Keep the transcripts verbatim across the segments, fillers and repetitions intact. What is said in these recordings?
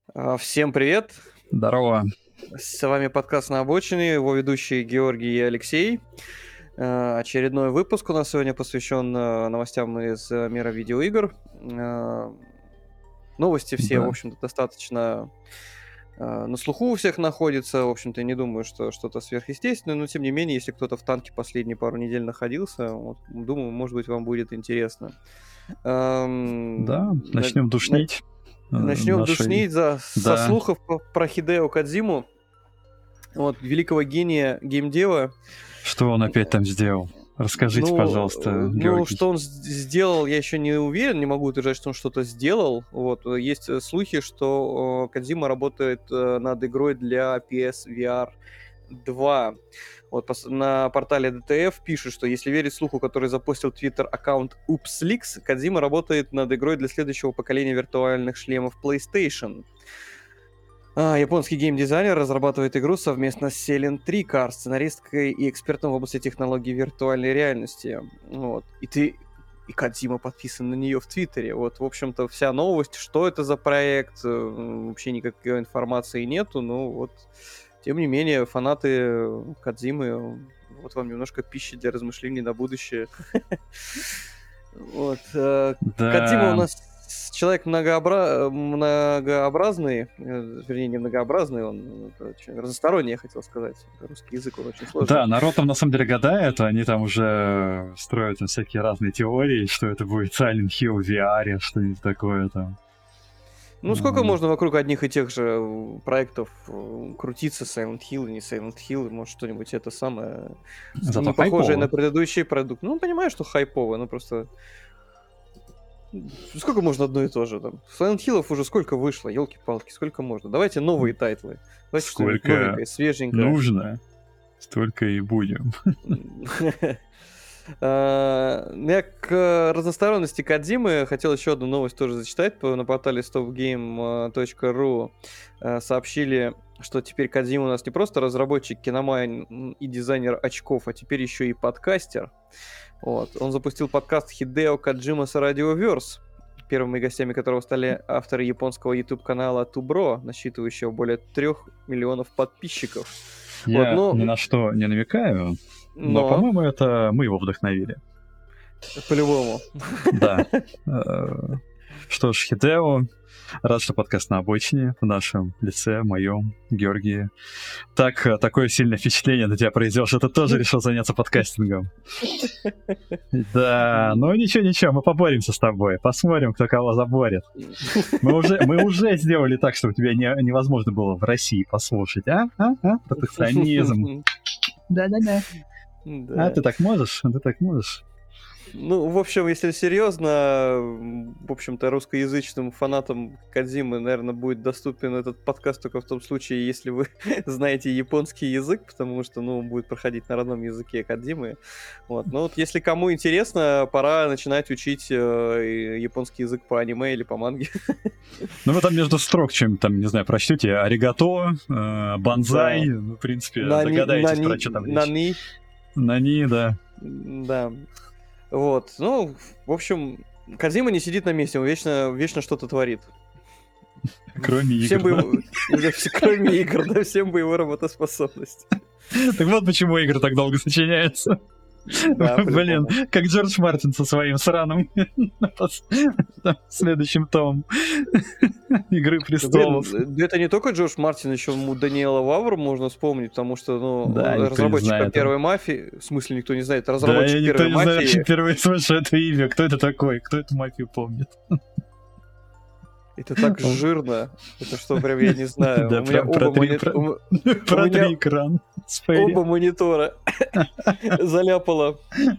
А, Всем привет! Здорово. С вами подкаст «На обочине», его ведущие Георгий и Алексей. Э, Очередной выпуск у нас сегодня посвящен э, новостям из э, мира видеоигр. Э, Новости все, в Да. общем-то, достаточно э, на слуху у всех находятся. В общем-то, не думаю, что что-то сверхъестественное, но тем не менее, если кто-то в танке последние пару недель находился, вот, думаю, может быть, вам будет интересно. Да, Эм, на- начнем на- душнить э, Начнем нашей... душнить за, со Да. слухов по- про Хидео Кодзиму. Вот, великого гения геймдева. Что он опять там сделал? Расскажите, Ну, пожалуйста, э, ну, Георгий. что он с- сделал, я еще не уверен, не могу утверждать, что он что-то сделал. Вот, э, есть э, слухи, что э, Кодзима работает э, над игрой для пи эс ви ар два. Вот пос- на портале ди ти эф пишут, что если верить слуху, который запостил твиттер аккаунт UpsLeaks, Кодзима работает над игрой для следующего поколения виртуальных шлемов PlayStation. А, японский геймдизайнер разрабатывает игру совместно с Селен Трикар, сценаристкой и экспертом в области технологий виртуальной реальности. Вот. И ты... И Кодзима подписан на нее в Твиттере. Вот, в общем-то, вся новость, что это за проект, э, вообще никакой информации нету, но вот, тем не менее, фанаты Кодзимы, вот вам немножко пищи для размышлений на будущее. Вот. э, Кодзима у Да, нас человек многообра- многообразный, э, вернее, не многообразный, он э, очень разносторонний, я хотел сказать. Русский язык, он очень сложный. да, народ там на самом деле гадает, они там уже строят там всякие разные теории, что это будет Silent Hill в ви ар, что-нибудь такое там. Ну, сколько М, можно вокруг одних и тех же э, проектов э, крутиться, Silent Hill, не Silent Hill, может, что-нибудь это самое, с- Зато не похожее на хайпово. предыдущий продукт. Ну, понимаешь, что хайповое, ну, просто... м, Сколько можно одно и то же там? Silent Hill'ов уже сколько вышло, елки-палки, сколько можно? Давайте новые тайтлы. Давайте что-нибудь Сколько новенькое, свеженькое. нужно, столько и будем. А, Я к разносторонности Кодзимы хотел еще одну новость тоже зачитать. По- На портале стоп гейм точка ру э, сообщили, что теперь Кодзима у нас не просто разработчик, киномайн и дизайнер очков, а теперь еще и подкастер. Вот. Он запустил подкаст Хидео Коджимаса Radioverse, первыми гостями которого стали авторы японского YouTube-канала Тубро, насчитывающего более трех миллионов подписчиков. Вот, Я но, ни на что не намекаю, но, но по-моему, это мы его вдохновили. по-любому. Да. Э, Что ж, Хидео, рад, что подкаст «На обочине» в нашем лице, моем, Георгии. Так, э, такое сильное впечатление на тебя произвел, что ты тоже решил заняться подкастингом. Да, ну ничего-ничего, мы поборемся с тобой. Посмотрим, кто кого заборет. Мы уже, мы уже сделали так, чтобы тебя не- невозможно было в России послушать, а? А? А? Протекционизм. Да-да-да. А Да. ты так можешь? А ты так можешь? Ну, в общем, если серьезно, м, в общем-то, русскоязычным фанатам Кодзимы, наверное, будет доступен этот подкаст только в том случае, если вы знаете японский язык, потому что, ну, он будет проходить на родном языке Кодзимы. Вот. Но вот если кому интересно, пора начинать учить э, и- японский язык по аниме или по манге. Ну, вы там между строк чем-то там, не знаю, прочтете аригато, э, банзай, Да. ну, в принципе, Нани, догадаетесь, нани, про что там речь. нани, Нани, да. да. Вот. Ну, в общем, Кодзима не сидит на месте, он вечно, вечно что-то творит. Кроме Всем игр, бы да? его... да, все- Кроме игр, да, всем бы его работоспособность. Так вот почему игры так долго сочиняются. Да, Блин, по-любому. как Джордж Мартин со своим сраным там, следующим томом Игры Да, престолов. блин, э, да это не только Джордж Мартин, еще ему Даниэла Вавру можно вспомнить, потому что, Да, ну, никто не разработчика знает. первой мафии, в смысле никто не знает, Да, разработчик я никто первой не знает, вообще мафии, впервые слышу это имя. Кто это такой? Кто эту мафию помнит? это так жирно, это что, прям я не знаю. Да, У меня про- оба протри монит- про- у м- у протри меня экран. Спэри. оба монитора заляпало.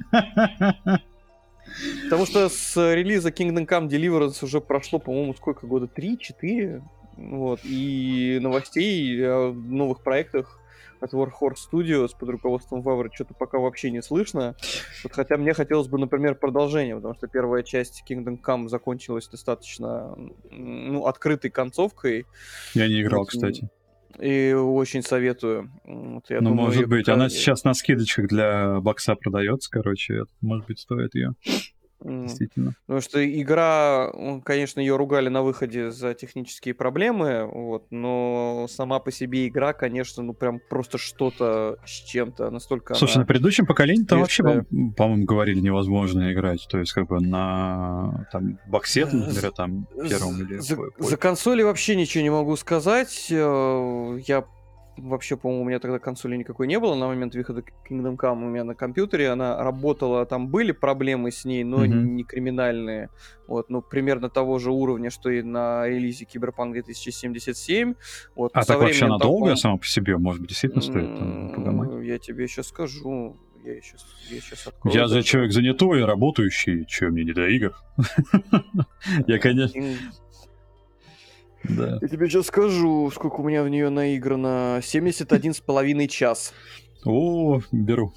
Потому что с релиза Kingdom Come Deliverance уже прошло, по-моему, сколько года? Три-четыре? Вот. И новостей о новых проектах от Warhorse Studios под руководством Вавры что-то пока вообще не слышно. Вот, хотя мне хотелось бы, например, продолжение, потому что первая часть Kingdom Come закончилась достаточно м, ну, открытой концовкой. Я не играл, Вот, кстати. и очень советую. Вот, я Ну, думаю, может её быть. как-то- Она сейчас на скидочках для бокса продается, короче. Может быть, стоит ее. М, действительно. Потому что игра, м, конечно, ее ругали на выходе за технические проблемы, вот, но сама по себе игра, конечно, ну прям просто что-то с чем-то, настолько Слушай, на она предыдущем поколении там вообще, свежая. по- по-моему, говорили, невозможно играть. То есть, как бы на там боксе, З- например, там з- первом или За, по- за по- консоли вообще ничего не могу сказать. Э, Я вообще, по-моему, у меня тогда консоли никакой не было на момент выхода Kingdom Come у меня на компьютере. Она работала, там были проблемы с ней, но Мгм. не криминальные. Вот, ну, примерно того же уровня, что и на релизе Cyberpunk две тысячи семьдесят семь. Вот, но А со так вообще временем она там, долгая по сама по себе, может быть, действительно стоит там погамать. я тебе сейчас скажу. Я сейчас, я сейчас открою Я же даже. человек занятой, работающий, чё мне не до игр? Я, конечно, King- да. Я тебе сейчас скажу, сколько у меня в нее наиграно. семьдесят один с половиной час. О, беру.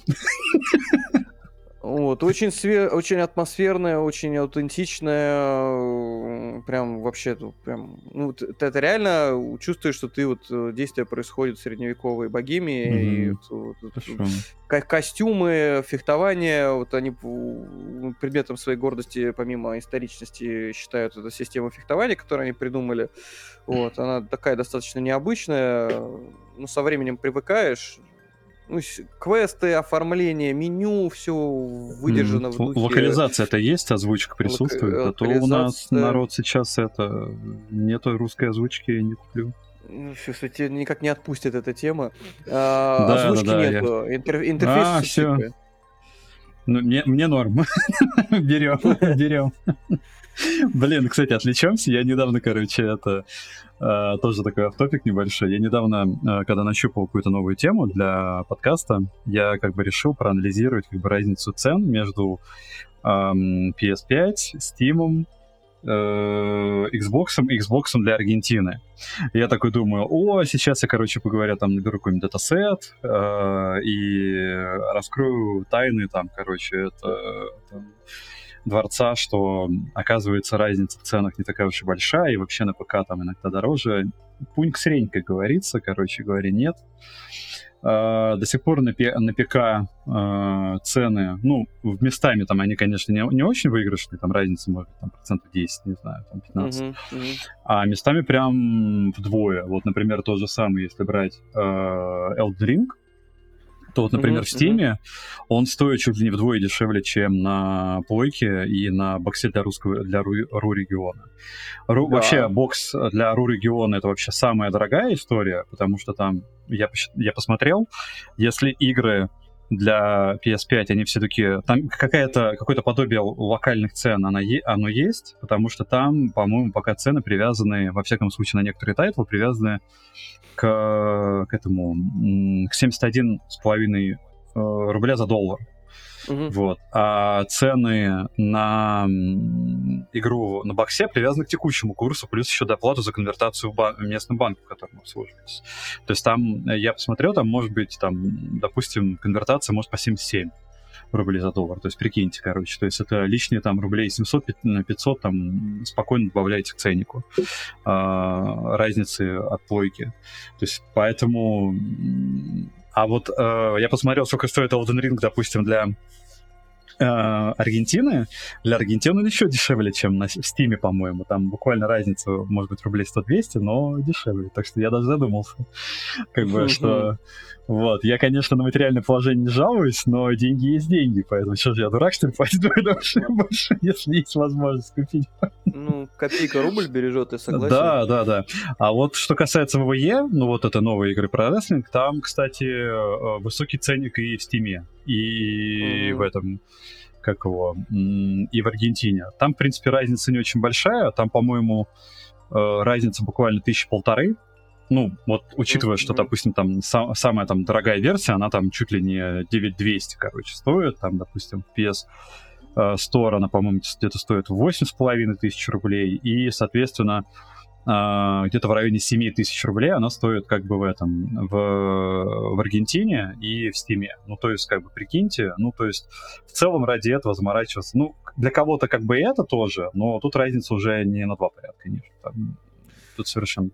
Вот, очень, све... очень атмосферная, очень аутентичная, э, прям вообще тут прям, ну, т- ты это реально чувствуешь, что ты вот э, действие происходит в средневековой богемии, и Мгм. вот, вот, вот, Хорошо. ко- костюмы, фехтование, вот они п- предметом своей гордости, помимо историчности, считают эту систему фехтования, которую они придумали. Вот, она такая достаточно необычная, ну, со временем привыкаешь. Ну, с- квесты, оформление, меню, все М, выдержано в л- духе Локализация-то есть, озвучка лока- присутствует, а то у нас локализация. народ сейчас это нету русской озвучки, не куплю. Ну, всё, кстати, никак не отпустит эта тема. А, Да, да, озвучки да, я. нету, интер- интерфейс А, все все. типы. Ну, мне, мне норм. Берем, берем. Блин, кстати, отвлечемся. Я недавно, короче, это э, тоже такой автопик небольшой. Я недавно, э, когда нащупал какую-то новую тему для подкаста, я как бы решил проанализировать как бы разницу цен между эм, пи эс пять, Steam, э, Xbox и Xbox для Аргентины. И я такой думаю, о, сейчас я, короче, поговоря, там наберу какой-нибудь датасет э, и раскрою тайны там, короче, это, это дворца, что оказывается разница в ценах не такая уж и большая, и вообще на ПК там иногда дороже. Пунь к срень, как говорится, короче говоря, нет. Uh, до сих пор на, пи- на ПК uh, цены, ну, в местами там они, конечно, не, не очень выигрышные, там разница может быть там процентов десять, не знаю, там пятнадцать. Мгм, мгм. А местами прям вдвое. Вот, например, то же самое, если брать uh, Elden Ring, то вот, например, Мгм, в мгм. Steam он стоит чуть ли не вдвое дешевле, чем на плойке и на боксе для русского, для ру, ру-региона. Ру, вообще, Да. бокс для ру-региона — это вообще самая дорогая история, потому что там, я, посч- я посмотрел, если игры для пи эс пять, они все-таки... Там какая-то, какое-то подобие локальных цен оно, е- оно есть, потому что там, по-моему, пока цены привязаны, во всяком случае, на некоторые тайтлы привязаны к, к этому, м, к семьдесят один с половиной э, рубля за доллар. Мгм. Вот. А цены на м, игру на боксе привязаны к текущему курсу, плюс еще доплату за конвертацию в, бан- в местном банке, в котором обслуживаетесь. То есть там, э, я посмотрел, там может быть, там, допустим, конвертация может по семьдесят семь рублей за доллар. То есть прикиньте, короче. То есть это лишние там рублей семьсот пятьсот там спокойно добавляете к ценнику а, разницы от плойки. То есть поэтому... м, А вот э, я посмотрел, сколько стоит Elden Ring, допустим, для э, Аргентины. Для Аргентины он еще дешевле, чем на, в Стиме, по-моему. Там буквально разница, может быть, рублей сто-двести, но дешевле. Так что я даже задумался, как бы, Мгм. что... Вот, я, конечно, на материальное положение не жалуюсь, но деньги есть деньги, поэтому что же я дурак, что ли, пойду больше, больше, если есть возможность купить. Ну, копейка рубль бережет, я согласен. Да, да, да. А вот что касается вэ вэ е, ну вот это новые игры про рестлинг, там, кстати, э, высокий ценник и в Стиме, и в Мгм. этом, как его, м, и в Аргентине. Там, в принципе, разница не очень большая, там, по-моему, э, разница буквально тысячи полторы. Ну, вот Мгм. учитывая, что, Мгм. допустим, там са- самая там дорогая версия, она там чуть ли не девять тысяч двести, короче, стоит, там, допустим, пи эс э, Store, она, по-моему, где-то стоит восемь с половиной тысяч рублей, и, соответственно, э, где-то в районе семь тысяч рублей она стоит как бы в этом, в, в Аргентине и в Стиме. Ну, то есть, как бы, прикиньте, ну, то есть, в целом ради этого заморачиваться, ну, для кого-то как бы и это тоже, но тут разница уже не на два порядка, конечно. Там тут совершенно...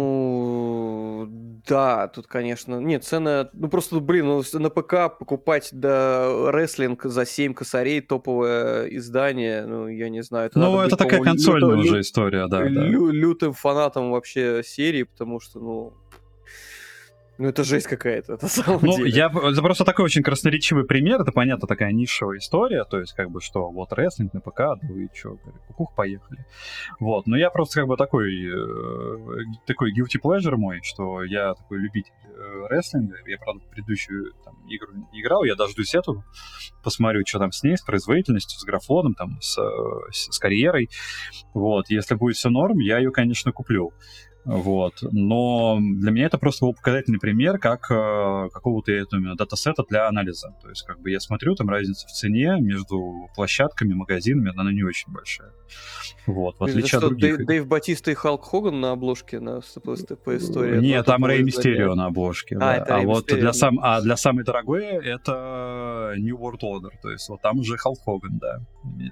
Ну, да, тут, конечно... Нет, цена... Ну, просто, блин, ну, на ПК покупать, да, рестлинг за семь косарей, топовое издание, ну, я не знаю. Это Ну, надо это быть, такая по-моему, консольная люто- уже лю- история, да, да. лю- лютым фанатом вообще серии, потому что, ну... Ну, это жесть какая-то, на самом Ну, деле. я это просто такой очень красноречивый пример. Это, понятно, такая нишевая история. То есть, как бы, что вот рестлинг на ПК, да вы чё, кукух, поехали. Вот, но я просто как бы такой, э, такой guilty pleasure мой, что я такой любитель э, рестлинга. Я, правда, в предыдущую там, игру не играл, я дождусь эту, посмотрю, что там с ней, с производительностью, с графоном, там, с, с, с карьерой. Вот, если будет все норм, я ее, конечно, куплю. Вот. Но для меня это просто был показательный пример как э, какого-то этого датасета для анализа. То есть, как бы я смотрю, там разница в цене между площадками, магазинами, она не очень большая. Вот, в Блин, это отличие от что, других. Дэйв, Дэйв Батиста и Халк Хоган на обложке на по истории? Нет, там Рэй Мистерио на обложке. А, Да. это А Рэй вот Мистерио, для, да. сам, а для самой дорогой это New World Order. То есть вот там уже Халк Хоган, да.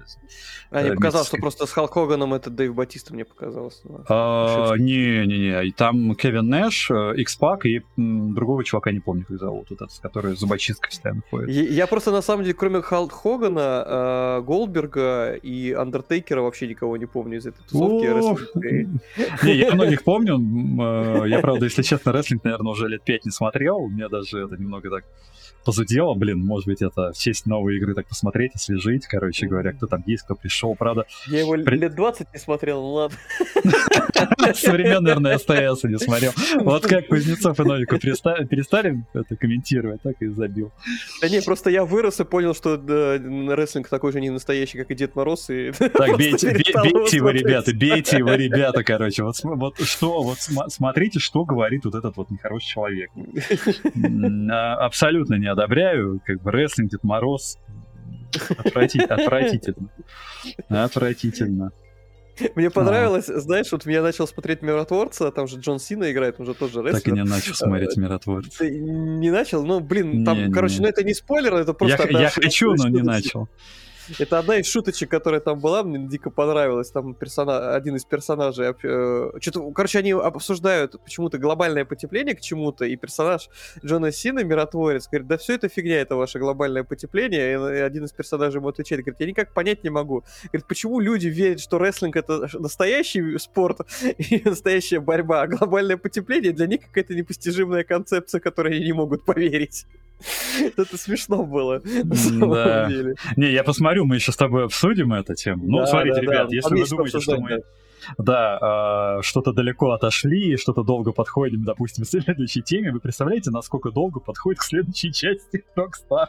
А, мне Э, показалось, что мистическая. просто с Халк Хоганом это Дэйв Батиста, мне показалось. ну, А, ошибся. Не-не-не, и там Кевин Нэш, X-Pac и м, другого чувака, не помню, как зовут, вот этот, который зубочисткой постоянно ходит. Я, я просто, на самом деле, кроме Халк Хогана, э, Голдберга и Андертейкера вообще никого не помню из этой тусовки О, рестлинговской. Не, я многих помню. М, э, Я, правда, если честно, рестлинг, наверное, уже лет пять не смотрел. Мне даже это немного так позудело. Блин, может быть, это в честь новой игры так посмотреть, освежить. Короче говоря, кто там есть, кто пришел. Правда, Я его При- лет двадцать не смотрел, ну ладно. современный, наверное, СТС не смотрел. Вот как Кузнецов и Новику переста- перестали это комментировать, так и забил. Да не, просто я вырос и понял, что да, рестлинг такой же не настоящий, как и Дед Мороз. И Так, просто бейте, бей- перестал его бейте его, смотреть. ребята, бейте его, ребята, короче. Вот, см- вот что, вот см- смотрите, что говорит вот этот вот нехороший человек. М, а, Абсолютно не одобряю. Как бы рестлинг, Дед Мороз. Отврати- Отвратительно. Отвратительно. Мне понравилось, знаешь, вот я начал смотреть Миротворца, там же Джон Сина играет, он же тоже Так и рестлер. не начал смотреть «Миротворца». Ты не начал? Ну, блин, там, Не-не-не. короче, ну это не спойлер, это Я, просто одна я шу- хочу, но не шуточка. начал. Это одна из шуточек, которая там была, мне дико понравилась. Там персона... один из персонажей... э, Что-то, короче, они обсуждают почему-то глобальное потепление к чему-то, и персонаж Джона Сина, миротворец, говорит, да все это фигня, это ваше глобальное потепление. И один из персонажей ему отвечает, говорит, я никак понять не могу. Говорит, почему люди верят, что рестлинг это настоящий спорт и настоящая борьба, а глобальное потепление для них какая-то непостижимая концепция, которой они не могут поверить. Это смешно было, на самом Да. деле. Не, я посмотрю, мы еще с тобой обсудим эту тему. Ну, Да, смотрите, да, да, ребят, если там вы есть что думаете, что обсуждать, мы да, а, что-то далеко отошли, что-то долго подходим, допустим, к следующей теме, вы представляете, насколько долго подходит к следующей части Rockstar?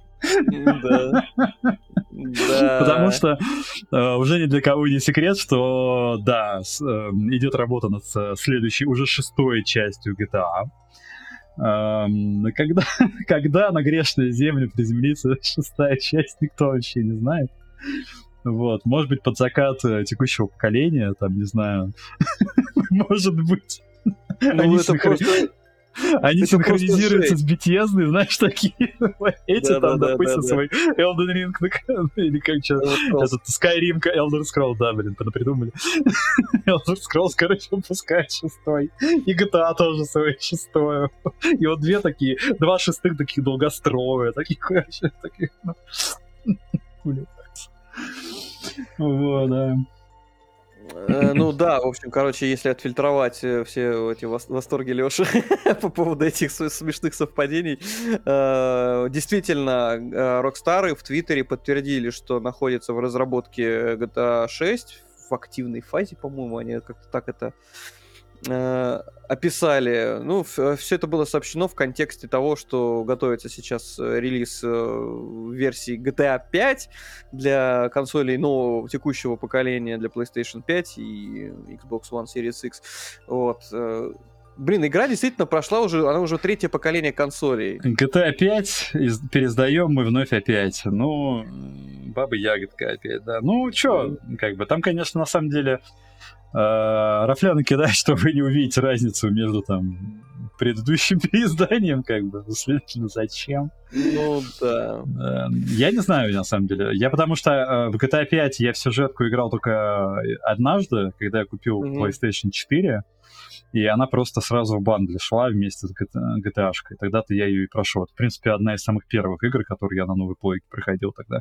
Да. Да. Потому что э, уже ни для кого не секрет, что да, с- э, идет работа над э, следующей, уже шестой частью джи ти эй. Эм, когда, когда на грешную землю приземлится шестая часть, никто вообще не знает. Вот, может быть, под закат э, текущего поколения, там, не знаю, может быть, Ну, они, это синхро- просто... они это просто синхронизируются жесть. с би ти эс, знаешь, такие, эти Да, там, да, да, допустим, да, да. свой Elden Ring, ну, или как что, Elder Scrolls. этот Skyrim, Elder Scrolls, да, блин, придумали. Elder Scrolls, короче, выпускает шестой. И джи ти эй тоже свой шестое. И вот две такие, два шестых таких долгостровые, таких, короче, таких, ну, хули. Вот, да. Э, Ну да, в общем, короче, если отфильтровать э, все эти вос- восторги Лёши по поводу этих с- смешных совпадений, э, действительно, э, Rockstar в Твиттере подтвердили, что находится в разработке джи ти эй шесть в активной фазе, по-моему, они как-то так это э, описали. Ну, все это было сообщено в контексте того, что готовится сейчас э, релиз э, версии джи ти эй пять для консолей нового текущего поколения, для PlayStation пять и Xbox One Series X. Вот. э, Блин, игра действительно прошла уже, она уже третье поколение консолей. джи ти эй пять из- пересдаем мы вновь опять. Ну, м, баба ягодка опять, да. Ну, чё, как бы, там, конечно, на самом деле э, рафляны кидать, чтобы не увидеть разницу между там предыдущим переизданием, как бы. Следовательно, зачем? Ну, да. Я не знаю, на самом деле. Я потому что в джи ти эй пять я в сюжетку играл только однажды, когда я купил Мгм. PlayStation четыре, и она просто сразу в бандле шла вместе с джи ти эй-шкой. Тогда-то я ее и прошел. Это, в принципе, одна из самых первых игр, которые я на новой плойке проходил тогда.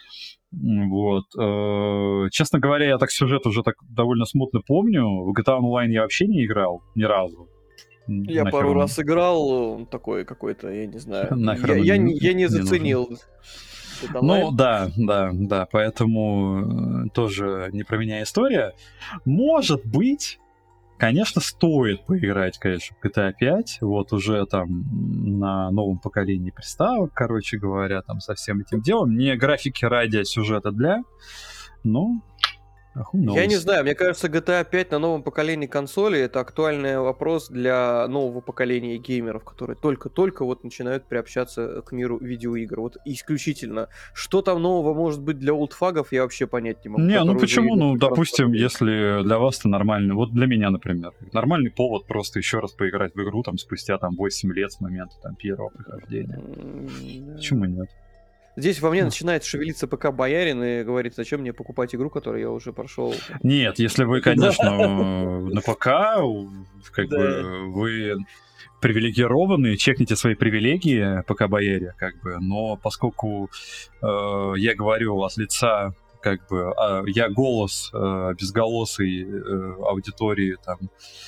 Вот. Честно говоря, я так сюжет уже так довольно смутно помню. В джи ти эй Online я вообще не играл ни разу. Я Нахер пару он- раз играл, он такой какой-то, я не знаю. Нахер Я, он я не- не, я не не нужен. заценил. этот Ну, онлайн. да, да, да, поэтому э, тоже не про меня история. Может быть, конечно, стоит поиграть, конечно, в джи ти эй пять, вот уже там на новом поколении приставок, короче говоря, там со всем этим делом. Не графики ради, а сюжета для, ну, who Я не knows. знаю, мне кажется, джи ти эй пять на новом поколении консолей это актуальный вопрос для нового поколения геймеров, которые только-только вот начинают приобщаться к миру видеоигр. Вот исключительно. Что там нового может быть для олдфагов, я вообще понять не могу. Не, ну которые уже почему? играют Ну, прекрасно допустим, умеют. если для вас это нормально, вот для меня, например, нормальный повод просто еще раз поиграть в игру там спустя там восемь лет с момента там первого прохождения. М, Почему нет? Здесь во мне Ну. начинает шевелиться ПК Боярин и говорит, зачем мне покупать игру, которую я уже прошел. Нет, если вы, конечно, на ПК, у- как Да. бы вы привилегированные, чекните свои привилегии ПК Бояре, как бы, но поскольку э, я говорю от лица, как бы, а, я голос э, безголосой э, аудитории там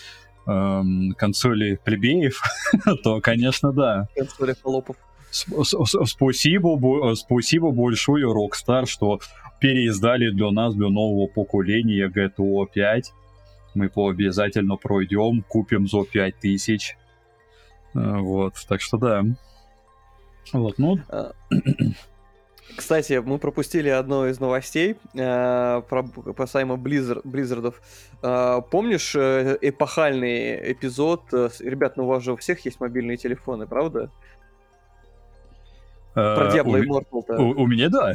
эм, консоли плебеев, то, конечно, да. Консоли холопов. Сп- с- с- Спасибо, бо- спасибо большое, Rockstar, что переиздали для нас, для нового поколения джи ти эй пять. Мы по обязательно пройдем, купим за пять тысяч. Э, Вот, так что да. Вот, ну, А, Кстати, мы пропустили одну из новостей э, про касаемо Blizzard, Близзардов. Э, помнишь э, эпохальный эпизод? э, с- Ребят, ну у вас же у всех есть мобильные телефоны, правда? Про э, Diablo у, ме- Immortal-то. у- у меня да.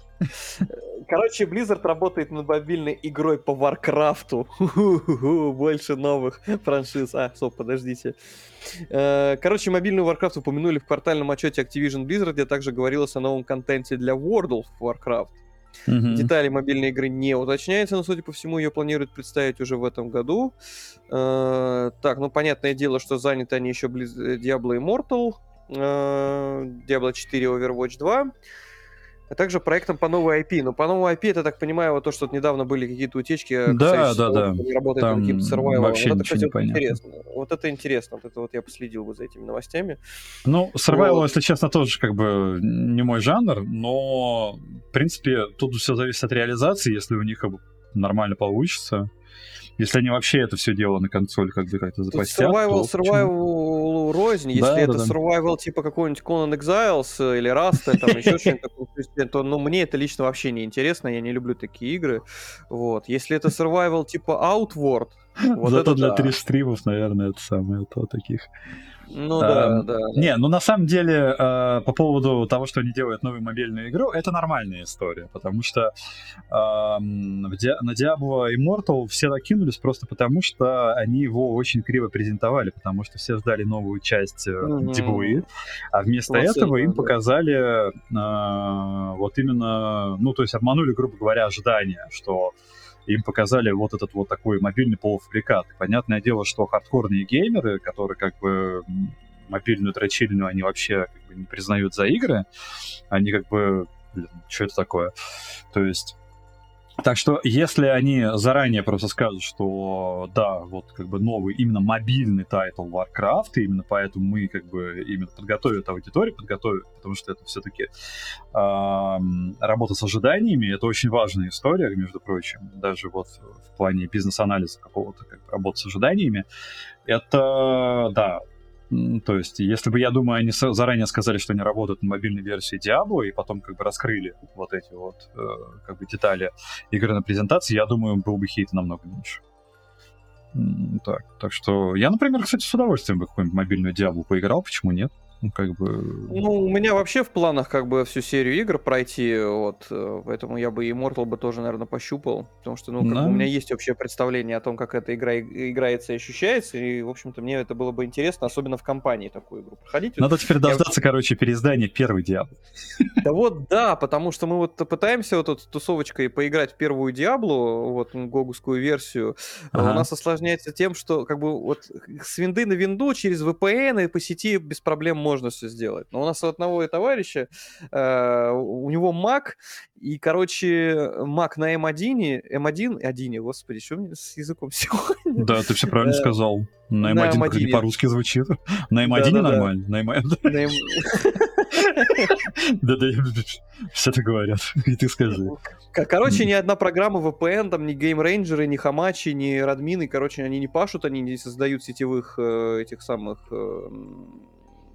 Короче, Blizzard работает над мобильной игрой по Варкрафту. Больше новых франшиз. А, стоп, подождите. Э, Короче, мобильную Warcraft упомянули в квартальном отчете Activision Blizzard, где также говорилось о новом контенте для World of Warcraft. Мгм. Детали мобильной игры не уточняются, но, судя по всему, ее планируют представить уже в этом году. Э, Так, ну, понятное дело, что заняты они еще Blizz- э, Diablo Immortal, э, Diablo четыре, Overwatch два, а также проектом по новой ай пи. Но по новой ай пи, это, так понимаю, вот то, что вот недавно были какие-то утечки, Да, касающиеся да, того, да. что они работают над Там каким-то survival. вообще Вот это, ничего кстати, не вот понятно. интересно. Вот это интересно. Вот это вот я последил бы за этими новостями. Ну, survival, Вот. если честно, тоже как бы не мой жанр, но, в принципе, тут все зависит от реализации, если у них как бы нормально получится. Если они вообще это все дело на консоль как бы как-то Тут запостят, survival, то почему? survival рознь. Если Да, это да, да. survival типа какой-нибудь Conan Exiles э, или Rust, там еще что-нибудь такое, то есть, то ну, мне это лично вообще не интересно, я не люблю такие игры. Вот. Если это survival типа Outward, вот Зато это для да. три стримов, наверное, это самое то таких. Ну да, Эм, да. Не, ну на самом деле, э, по поводу того, что они делают новую мобильную игру, это нормальная история, потому что эм, в Ди- на Diablo Immortal все накинулись просто потому, что они его очень криво презентовали, потому что все ждали новую часть э, Мгм. Диблы, а вместо Вот этого им именно, да. показали э, вот именно, ну то есть обманули, грубо говоря, ожидания, что им показали вот этот вот такой мобильный полуфабрикат. И понятное дело, что хардкорные геймеры, которые как бы м, мобильную дрочильню они вообще как бы не признают за игры, они как бы, блин, что это такое? То есть так что, если они заранее просто скажут, что да, вот как бы новый именно мобильный тайтл Warcraft, и именно поэтому мы как бы именно подготовят аудиторию, подготовят, потому что это все-таки эм, работа с ожиданиями, это очень важная история, между прочим, даже вот в плане бизнес-анализа какого-то, как бы, работы с ожиданиями, это, да, м, то есть, если бы, я думаю, они с- заранее сказали, что они работают на мобильной версии Diablo, и потом как бы раскрыли вот эти вот э, как бы детали игры на презентации, я думаю, был бы хейта намного меньше. М, Так, так что я, например, кстати, с удовольствием бы какую-нибудь мобильную Diablo поиграл, почему нет? Ну, как бы... Ну, у меня вообще в планах как бы всю серию игр пройти, вот, э, поэтому я бы Immortal бы тоже, наверное, пощупал, потому что, ну, как Да. бы у меня есть общее представление о том, как эта игра и- играется и ощущается, и, в общем-то, мне это было бы интересно, особенно в компании такую игру проходить. Вот Надо теперь я дождаться, короче, переиздания первой Диабло. Да вот да, потому что мы вот пытаемся вот тут тусовочкой поиграть в первую Диаблу, вот м, гогускую версию. А У Ага. нас осложняется тем, что как бы вот с винды на винду через ви пи эн и по сети без проблем можно все сделать. Но у нас у одного товарища, э, у него Mac, и, короче, Mac на эм один, эм один, один, господи, что у меня с языком сегодня? Да, ты все правильно Э, сказал. На На эм один как не эм один. по-русски звучит. На эм один Да-да-да. нормально. На эм... На эм- Да-да, все это говорят. И ты скажи. К- Короче, ни одна программа ви пи эн, там ни Game Ranger, ни Hamachi, ни Радмины, короче, они не пашут, они не создают сетевых э, этих самых э, м,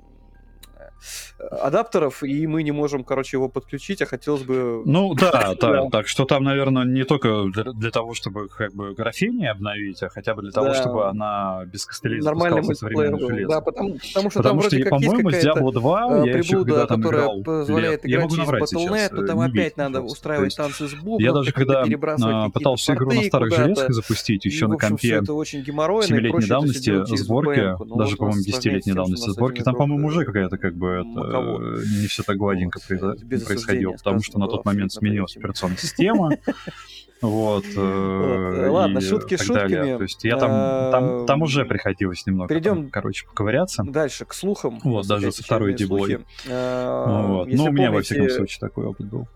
э, адаптеров, и мы не можем, короче, его подключить, а хотелось бы... Ну да, Да, да, так что там, наверное, не только для, для того, чтобы как бы графение обновить, а хотя бы для того, да, чтобы она без костылей нормальный запускалась на мультиплеер современном был. Да, железе. потому, потому что там Потому что, вроде я, как есть по-моему, с какая-то Diablo два э, я еще приблуда, когда там которая играл лет... позволяет Я играть могу через наврать сейчас, батл точка нет, но э, там не опять бейте, надо пожалуйста. То устраивать есть танцы с я бубном, даже какие-то когда перебрасывать а, какие-то пытался игру на порты старых куда-то. железках запустить, еще И, в на общем, все компе это очень геморройно, и семилетней проще это все давности делать через сборки, ви пи эн-ку. Но даже, вот у нас по-моему, осложняется десятилетней тем, что у давности нас сборки, один там, игрок по-моему, уже э, какая-то как бы это, маковод. э, не все так гладенько Вот. произо- Без происходило, осуждения потому что сказано на было, тот момент абсолютно, сменилась поверьте мне. операционная система, вот, Вот. э, Ладно, и шутки так далее. То шутками. есть я там, там, там уже приходилось немного там, Перейдем короче, поковыряться. дальше к слухам. У Вот, нас даже опять со второй очередные диблой. слухи. А, Вот. Ну, Если у меня, во всяком помните, случае, такой опыт был.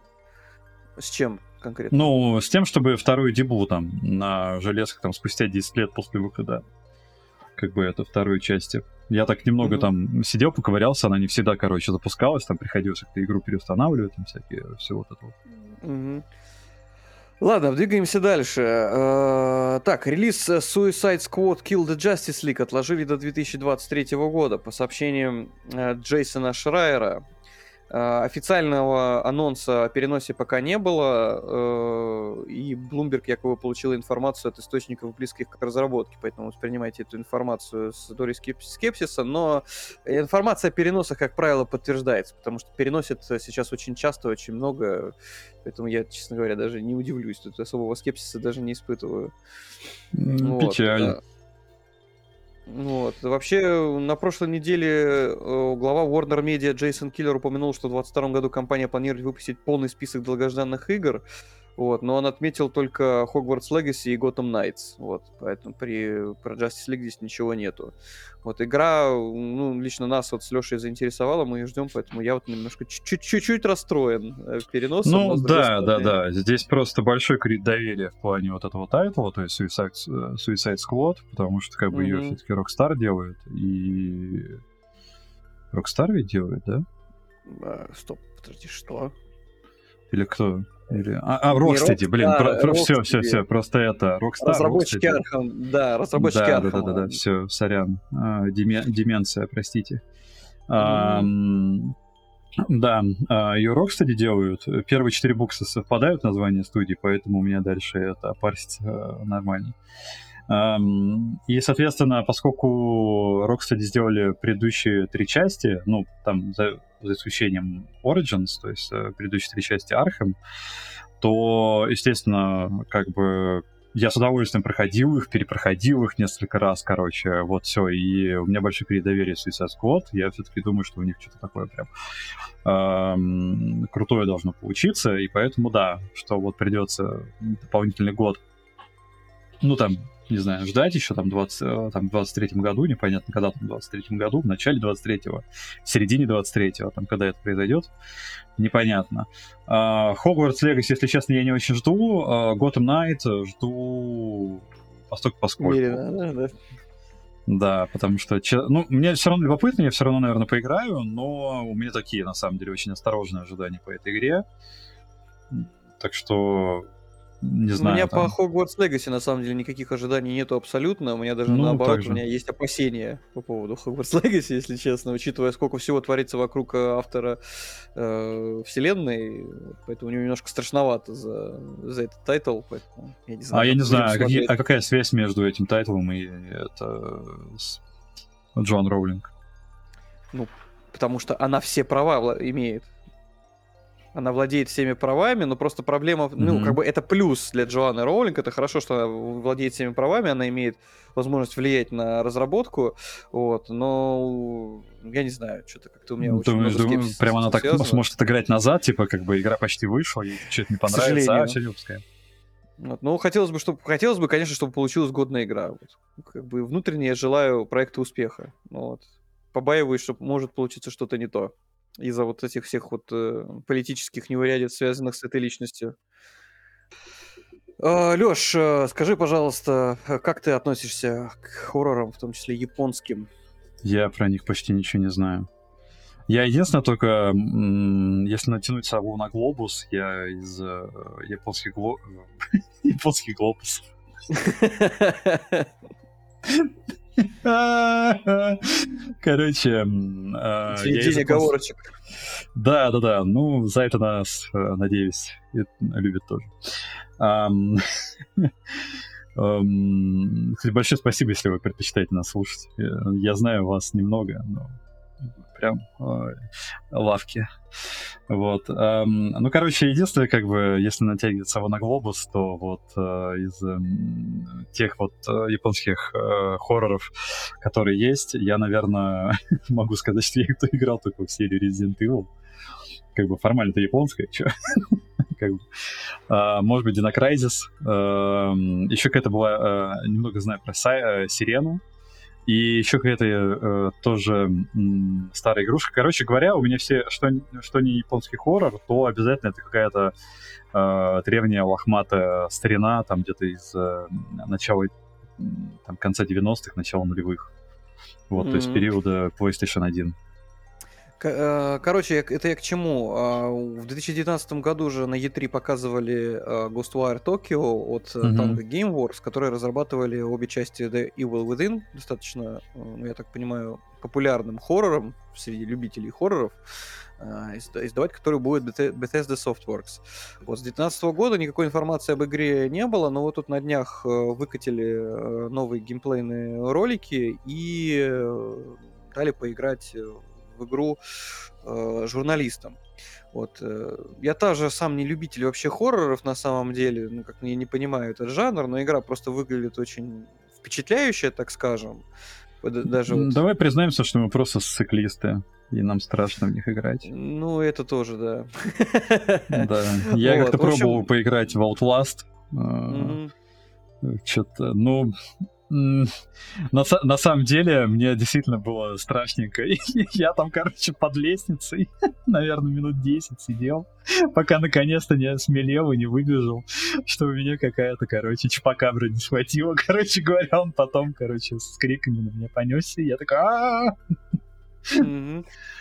с чем конкретно? Ну, с тем, чтобы вторую диблу там на железках там спустя десять лет после выхода, как бы это второй части. Я так немного Мгм. там сидел, поковырялся, она не всегда, короче, запускалась, там приходилось как-то игру переустанавливать, там всякие, все вот это вот. Мгм. Ладно, двигаемся дальше. Э, Так, релиз э, Suicide Squad Kill the Justice League отложили до две тысячи двадцать третьего года. По сообщениям э, Джейсона Шрайера, Э, официального анонса о переносе пока не было, э, и Bloomberg якобы получил информацию от источников, близких к разработке, поэтому воспринимайте эту информацию с долей скеп- скепсиса, но информация о переносах, как правило, подтверждается, потому что переносят сейчас очень часто, очень много, поэтому я, честно говоря, даже не удивлюсь, тут особого скепсиса даже не испытываю. М, Вот. Печаль. э, Вот. Вообще, на прошлой неделе э, глава Warner Media Джейсон Киллер упомянул, что в двадцать втором году компания планирует выпустить полный список долгожданных игр, вот, но он отметил только Hogwarts Legacy и Gotham Knights, вот, поэтому при, про Justice League здесь ничего нету. Вот, игра, ну, лично нас вот с Лешей заинтересовала, мы ее ждем, поэтому я вот немножко чуть- чуть-чуть расстроен э, переносом, Ну, но с другой да, да, стороны... да. Здесь просто большой кредит доверия в плане вот этого тайтла, то есть Suicide, э, Suicide Squad, потому что как бы ее Мгм. все-таки Rockstar делает, и... Rockstar ведь делает, да? А, стоп, подожди, что? Или кто? Или... А, а, Не Rocksteady, блин, Rockstar, про, все, все, Rocksteady. все, просто это, Rockstar, Разработчики Rocksteady. Архам, да, разработчики Да, да, да, да, Архама. да, все, сорян, А, деме- деменция, простите. А, Мгм. м, да, а, ее Rocksteady делают. Первые четыре букса совпадают название студии, поэтому у меня дальше это парсится э, нормально. Ам, И, соответственно, поскольку Rocksteady сделали предыдущие три части, ну, там, за, за исключением Origins, то есть э, предыдущие три части Arkham, то, естественно, как бы я с удовольствием проходил их, перепроходил их несколько раз, короче, вот все, и у меня большое передоверие в Suicide Squad, я все-таки думаю, что у них что-то такое прям ам, крутое должно получиться, и поэтому, да, что вот придется дополнительный год, ну, там, не знаю, ждать еще там, двадцать, э, там в двадцать третьем году, непонятно, когда там в двадцать третьем году, в начале двадцать третьего, в середине двадцать третьего, там, когда это произойдет, непонятно. А, Hogwarts Legacy, если честно, я не очень жду. А, Gotham Knight жду постольку поскольку. Уверена, да, да. Да, потому что, че- ну, мне все равно любопытно, я все равно, наверное, поиграю, но у меня такие, на самом деле, очень осторожные ожидания по этой игре. Так что, не У знаю, меня там... по Hogwarts Legacy на самом деле никаких ожиданий нету абсолютно. У меня даже Ну, наоборот, так у же. меня есть опасения по поводу Hogwarts Legacy, если честно, учитывая, сколько всего творится вокруг э, автора э, вселенной. Вот, поэтому мне немножко страшновато за, за этот тайтл. Поэтому я не знаю. А я не будем знаю, а, какие- смотреть. а какая связь между этим тайтлом и это с Джон Роулинг? Ну, потому что она все права вла- имеет. Она владеет всеми правами, но просто проблема, ну, как Мгм. бы это плюс для Джоанны Роулинг, это хорошо, что она владеет всеми правами, она имеет возможность влиять на разработку, вот, но я не знаю, что-то как-то у меня очень Думаешь, много думаю, скепсиса с прямо она этим так м- связано, сможет отыграть назад, типа, как бы игра почти вышла, и что-то не к понравится, а сожалению. все не выпускаем. Вот. Ну, хотелось бы, чтобы, хотелось бы, конечно, чтобы получилась годная игра. Вот. Ну, как бы внутренне я желаю проекту успеха. Ну, вот. Побаиваюсь, что может получиться что-то не то из-за вот этих всех вот э, политических неурядиц, связанных с этой личностью. Лёш, э, скажи, пожалуйста, э, как ты относишься к хоррорам, в том числе японским? Я про них почти ничего не знаю. Я единственное только, м, если натянуть сову на глобус, я из э, японских, гло... японских глобусов. Короче, м, а, я из День японских... оговорочек. Да, да, да. Ну, за это нас, э, надеюсь, и любят тоже. Ам, ам, Кстати, большое спасибо, если вы предпочитаете нас слушать. Э, Я знаю вас немного, но прям ой, лавки. Вот. ам, Ну, короче, единственное, как бы, если натягивается на глобус, то вот э, из эм, тех вот э, японских э, хорроров, которые есть, я, наверное, могу сказать, что я кто играл только в серию Resident Evil. Как бы формально это японская, чё? Как бы. А, может быть, Dino Crisis. Эм, Еще какая-то была, э, немного знаю про Са- э, Сирену. И еще какая-то э, тоже м, старая игрушка. Короче говоря, у меня все, что, что не японский хоррор, то обязательно это какая-то э, древняя лохматая старина, там где-то из э, начала, м, там, конца девяностых, начала нулевых. Вот, то есть Мгм. периода PlayStation один. К- э, Короче, я к- это я к чему? А, В две тысячи девятнадцатом году же на и три показывали э, Ghostwire Tokyo от э, Мгм. Tango Gameworks, которые разрабатывали обе части The Evil Within, достаточно, э, ну, я так понимаю, популярным хоррором среди любителей хорроров, э, изда- издавать который будет Bethe- Bethesda Softworks. Вот с две тысячи девятнадцатого года никакой информации об игре не было, но вот тут на днях э, выкатили э, новые геймплейные ролики и э, дали поиграть э, в игру э, журналистам. Вот. э, Я тоже сам не любитель вообще хорроров на самом деле, ну, как я не понимаю этот жанр, но игра просто выглядит очень впечатляюще, так скажем. Под- Даже М, вот, Давай признаемся, что мы просто циклисты, и нам страшно в них играть. ну, это тоже, да. Да, я как-то Вот, в пробовал общем, поиграть в Outlast. мгм. Что-то, ну, м, на, са- на самом деле, мне действительно было страшненько. И я там, короче, под лестницей, наверное, минут десять сидел, пока наконец-то не осмелел и не выбежал, что у меня какая-то, короче, чупакабра не схватила. Короче говоря, он потом, короче, с криками на меня понесся, и я такой, а Мгм.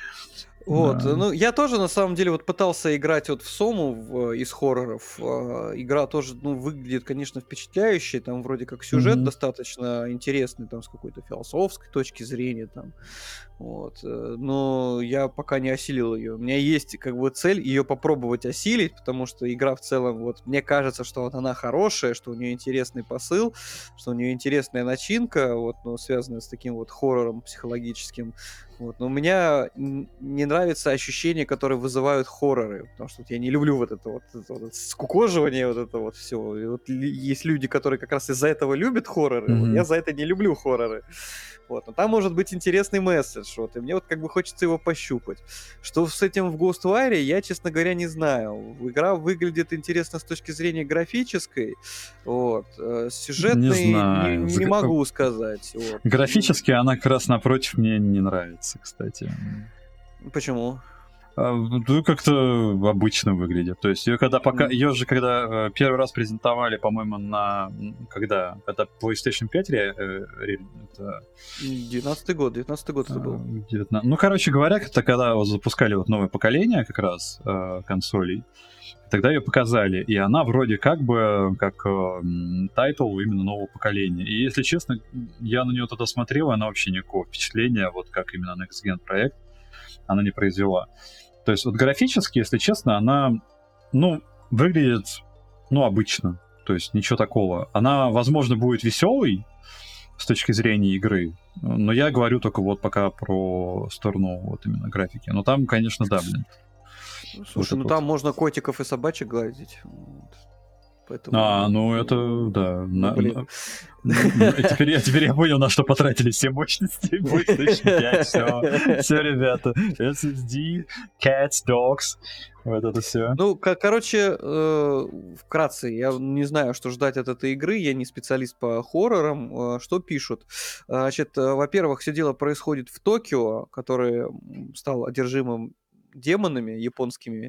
Вот, Да. ну, я тоже, на самом деле, вот пытался играть вот в Сому в, э, из хорроров. А, Игра тоже, ну, выглядит, конечно, впечатляюще. Там вроде как сюжет Мгм. достаточно интересный, там, с какой-то философской точки зрения, там. Вот. э, Но я пока не осилил ее. У меня есть, как бы, цель ее попробовать осилить, потому что игра в целом, вот, мне кажется, что вот она хорошая, что у нее интересный посыл, что у нее интересная начинка, вот, ну, связанная с таким вот хоррором психологическим. Вот. Но у меня н- не нравится ощущение, которые вызывают хорроры, потому что вот я не люблю вот это вот, это вот скукоживание, вот это вот все. Вот ли- есть люди, которые как раз из-за этого любят хорроры, вот я Мгм. за это не люблю хорроры. Вот. Но там может быть интересный месседж, вот, и мне вот как бы хочется его пощупать. Что с этим в Ghostwire, я, честно говоря, не знаю. Игра выглядит интересно с точки зрения графической, вот. э, Не Сюжетной не, знаю. не Зг- э, могу сказать, вот. Ну, Графически она как раз напротив мне не нравится, кстати. почему? А, Ну, как-то обычно выглядит. То есть ее когда пока М. ее же когда э, первый раз презентовали, по-моему, на м, когда когда PlayStation пять ре- э, ре- это, девятнадцатый год, девятнадцатый год э, это был. девятнадцать ну, короче говоря, это когда вот запускали вот новое поколение как раз э, консолей, тогда ее показали, и она вроде как бы как э, м, тайтл именно нового поколения. И если честно, я на нее тогда смотрел, и она вообще никакого впечатления, вот как именно Next Gen проект, она не произвела. То есть вот графически, если честно, она, ну, выглядит, ну, обычно. То есть ничего такого. Она, возможно, будет веселой, с точки зрения игры. Но я говорю только вот пока про сторону вот именно графики. Но там, конечно, да, блин. Ну, слушай, вот ну там вот. Можно котиков и собачек гладить. Вот. Поэтому, а, ну это, да. Ну, на, блин. На, на, теперь, я, теперь я понял, на что потратили все мощности. PlayStation пять, все, все, ребята. эс эс ди, cats, dogs, вот это все. Ну, к- короче, э, вкратце, я не знаю, что ждать от этой игры, я не специалист по хоррорам. Э, что пишут? Значит, э, во-первых, все дело происходит в Токио, который стал одержимым демонами японскими.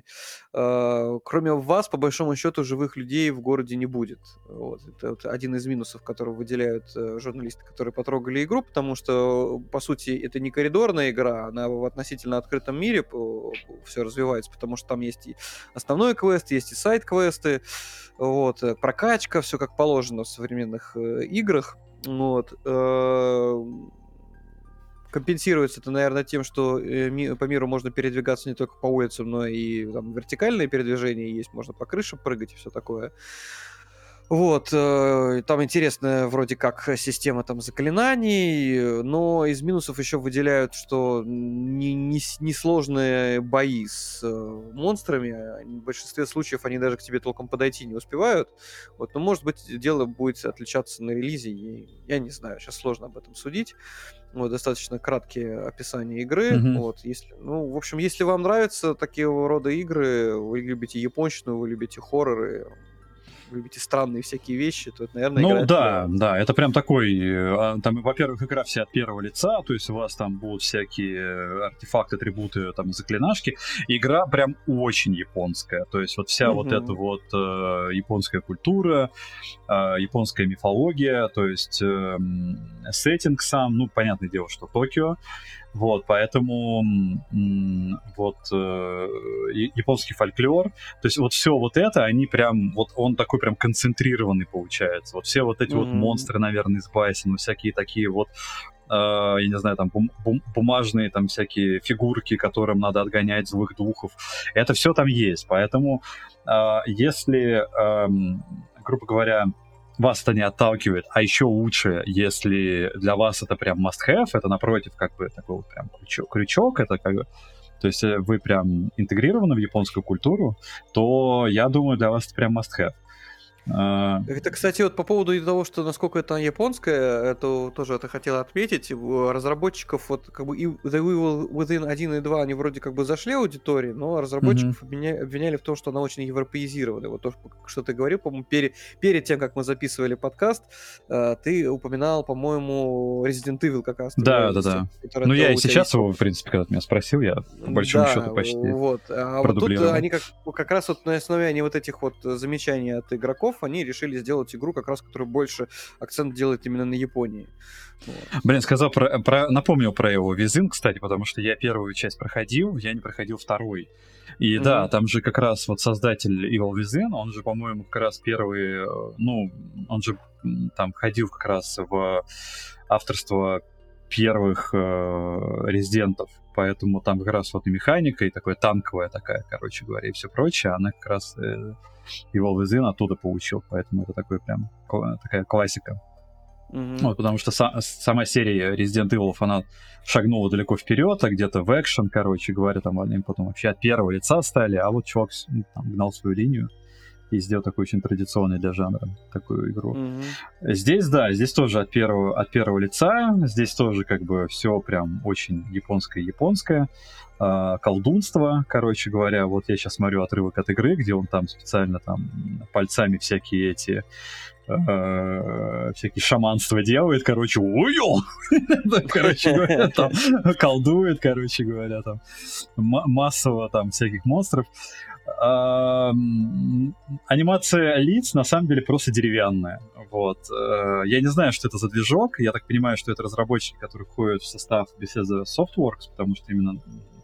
Э, кроме вас, по большому счету, живых людей в городе не будет. Вот. Это вот один из минусов, который выделяют э, журналисты, которые потрогали игру, потому что, по сути, это не коридорная игра, она в относительно открытом мире все развивается, потому что там есть и основной квест, есть и сайд-квесты, вот, прокачка, все как положено в современных э, играх. Вот. Э, компенсируется это, наверное, тем, что э, ми- по миру можно передвигаться не только по улицам, но и там вертикальные передвижения есть, можно по крышам прыгать и все такое. Вот, э, там интересная вроде как система там заклинаний, но из минусов еще выделяют, что не, не, не сложные бои с э, монстрами, в большинстве случаев они даже к тебе толком подойти не успевают. Вот, но может быть дело будет отличаться на релизе, и я не знаю, сейчас сложно об этом судить. Вот, достаточно краткие описания игры. Mm-hmm. Вот, если, ну, в общем, если вам нравятся такие рода игры, вы любите японщину, вы любите хорроры, любите странные всякие вещи, то это, наверное, ну, игра да, да, это прям такой, там, во-первых, игра вся от первого лица, то есть у вас там будут всякие артефакты, атрибуты, там, заклинашки. Игра прям очень японская, то есть вот вся mm-hmm. вот эта вот э, японская культура, э, японская мифология, то есть э, сеттинг сам, ну, понятное дело, что Токио. Вот, поэтому м- вот э- японский фольклор, то есть вот все вот это, они прям, вот он такой прям концентрированный получается. Вот все вот эти mm-hmm. вот монстры, наверное, из Байсона, всякие такие вот, э- я не знаю, там бум- бум- бумажные там всякие фигурки, которым надо отгонять злых духов. Это все там есть, поэтому э- если, э- грубо говоря, вас это не отталкивает, а еще лучше, если для вас это прям must-have, это напротив как бы такой вот прям крючок, крючок, это как бы, то есть вы прям интегрированы в японскую культуру, то я думаю, для вас это прям must-have. Это, кстати, вот по поводу того, что насколько это японское, это тоже это хотел отметить. Разработчиков вот как бы и The Evil Within один и два, они вроде как бы зашли аудитории, но разработчиков mm-hmm. обвиня... обвиняли в том, что она очень европеизирована. Вот то, что ты говорил, по-моему, перед, перед тем, как мы записывали подкаст, ты упоминал, по-моему, Resident Evil как раз. Да, да, да. Ну, я и сейчас его, в принципе, когда ты меня спросил, я по большому да, счету почти вот. А вот тут они как, как раз вот на основании вот этих вот замечаний от игроков они решили сделать игру, как раз, которая больше акцент делает именно на Японии. Вот. Блин, сказал про, про... Напомнил про его Within, кстати, потому что я первую часть проходил, я не проходил второй. И mm-hmm. да, там же как раз вот создатель Evil Within, он же, по-моему, как раз первый, ну, он же там входил как раз в авторство первых э, резидентов, поэтому там как раз вот и механика, и такая танковая такая, короче говоря, и все прочее, она как раз э, Evil Within оттуда получил, поэтому это такой прям такая классика. Mm-hmm. Вот, потому что са- сама серия Resident Evil, она шагнула далеко вперед, а где-то в экшен, короче говоря, там они потом вообще от первого лица стали, а вот чувак ну, там, гнал свою линию и сделал такой очень традиционный для жанра такую игру. Mm-hmm. Здесь, да, здесь тоже от первого, от первого лица, здесь тоже как бы все прям очень японское-японское. Uh, колдунство, короче говоря, вот я сейчас смотрю отрывок от игры, где он там специально там пальцами всякие эти uh, всякие шаманства делает, короче, ой-ой! Короче говоря, там колдует, короче говоря, там массово там всяких монстров. Uh, анимация лиц на самом деле просто деревянная. Вот. Uh, я не знаю, что это за движок. Я так понимаю, что это разработчики, которые входят в состав Bethesda Softworks, потому что именно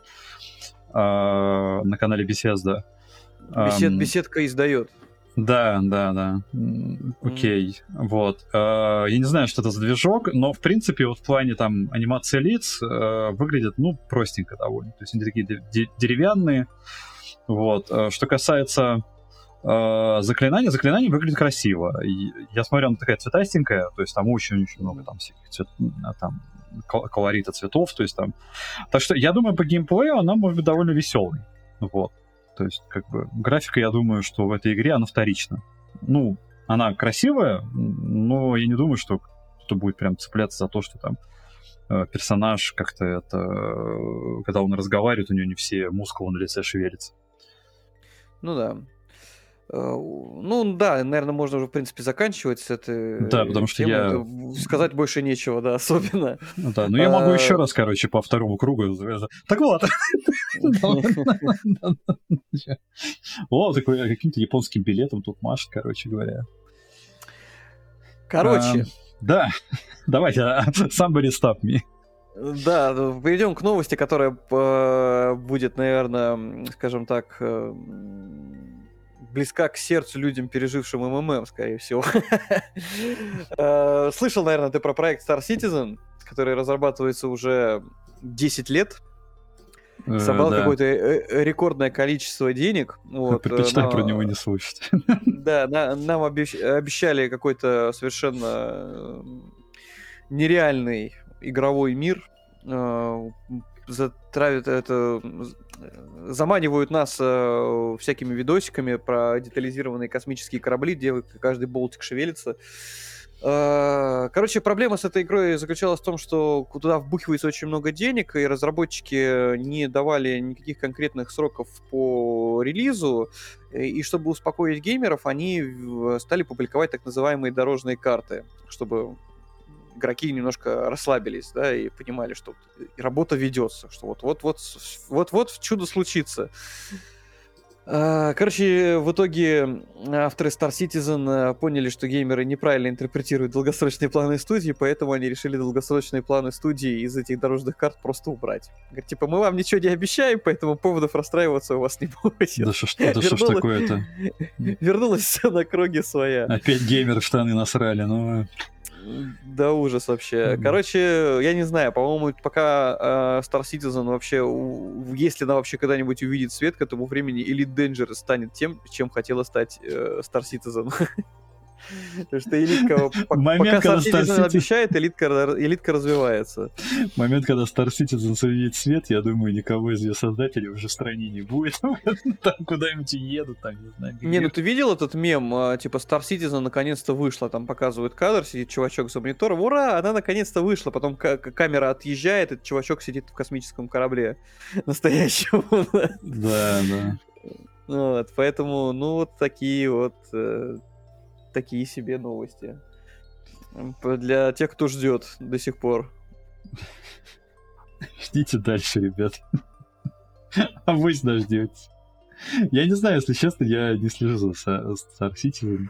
Uh, на канале Bethesda. Бесед, um, беседка издает. Да, да, да. Окей. Okay. Mm. Вот. Uh, я не знаю, что это за движок, но, в принципе, вот в плане там анимации лиц uh, выглядят, ну, простенько довольно. То есть они такие д- деревянные. Вот. Uh, что касается Э, заклинание, заклинание выглядит красиво. И я смотрю, она такая цветастенькая, то есть там очень-очень много там всяких цвет, там, колорита цветов, то есть там... Так что я думаю, по геймплею она может быть довольно веселой. Вот. То есть, как бы, графика, я думаю, что в этой игре она вторична. Ну, она красивая, но я не думаю, что кто-то будет прям цепляться за то, что там э, персонаж как-то это... Э, когда он разговаривает, у него не все мускулы на лице шевелятся. Ну да. Ну да, наверное, можно уже, в принципе, заканчивать с этой Да, потому что темой. я... Это сказать больше нечего, да, особенно. Ну да, ну я могу еще раз, короче, по второму кругу. Так вот. О, такой каким-то японским билетом тут машет, короче говоря. Короче. Да, давайте, somebody stop me. Да, перейдем к новости, которая будет, наверное, скажем так... близка к сердцу людям, пережившим МММ, скорее всего. Слышал, наверное, ты про проект Star Citizen, который разрабатывается уже десять лет. Собрал да. какое-то рекордное количество денег. Вот, предпочитаю нам... про него не слушать. Да, на, нам обещ... обещали какой-то совершенно нереальный игровой мир. Затравят это, заманивают нас э, всякими видосиками про детализированные космические корабли, где каждый болтик шевелится. Э, короче, проблема с этой игрой заключалась в том, что туда вбухивается очень много денег, и разработчики не давали никаких конкретных сроков по релизу, и чтобы успокоить геймеров, они стали публиковать так называемые дорожные карты, чтобы... игроки немножко расслабились, да, и понимали, что работа ведется, что вот-вот-вот вот-вот чудо случится. Короче, в итоге авторы Star Citizen поняли, что геймеры неправильно интерпретируют долгосрочные планы студии, поэтому они решили долгосрочные планы студии из этих дорожных карт просто убрать. Говорят, типа, мы вам ничего не обещаем, поэтому поводов расстраиваться у вас не будет. Да что ж да что ж такое-то? Вернулась все на круги своя. Опять геймеры в штаны насрали, ну... Да ужас вообще. Короче, я не знаю, по-моему, пока э, Star Citizen вообще, у, если она вообще когда-нибудь увидит свет, к этому времени Elite Dangerous станет тем, чем хотела стать э, Star Citizen. Потому что элитка, пока Star Citizen обещает, элитка развивается. Момент, когда Star Citizen увидит свет, я думаю, никого из ее создателей уже в стране не будет. Там куда-нибудь едут, там, не знаю. Не, ну ты видел этот мем, типа Star Citizen наконец-то вышла, там показывают кадр, сидит чувачок за монитором, ура, она наконец-то вышла, потом камера отъезжает, этот чувачок сидит в космическом корабле настоящем. Да, да. Вот, поэтому, ну, вот такие вот... такие себе новости. Для тех, кто ждет до сих пор. Ждите дальше, ребят. А вы дождетесь. Я не знаю, если честно, я не слежу за Star Citizen.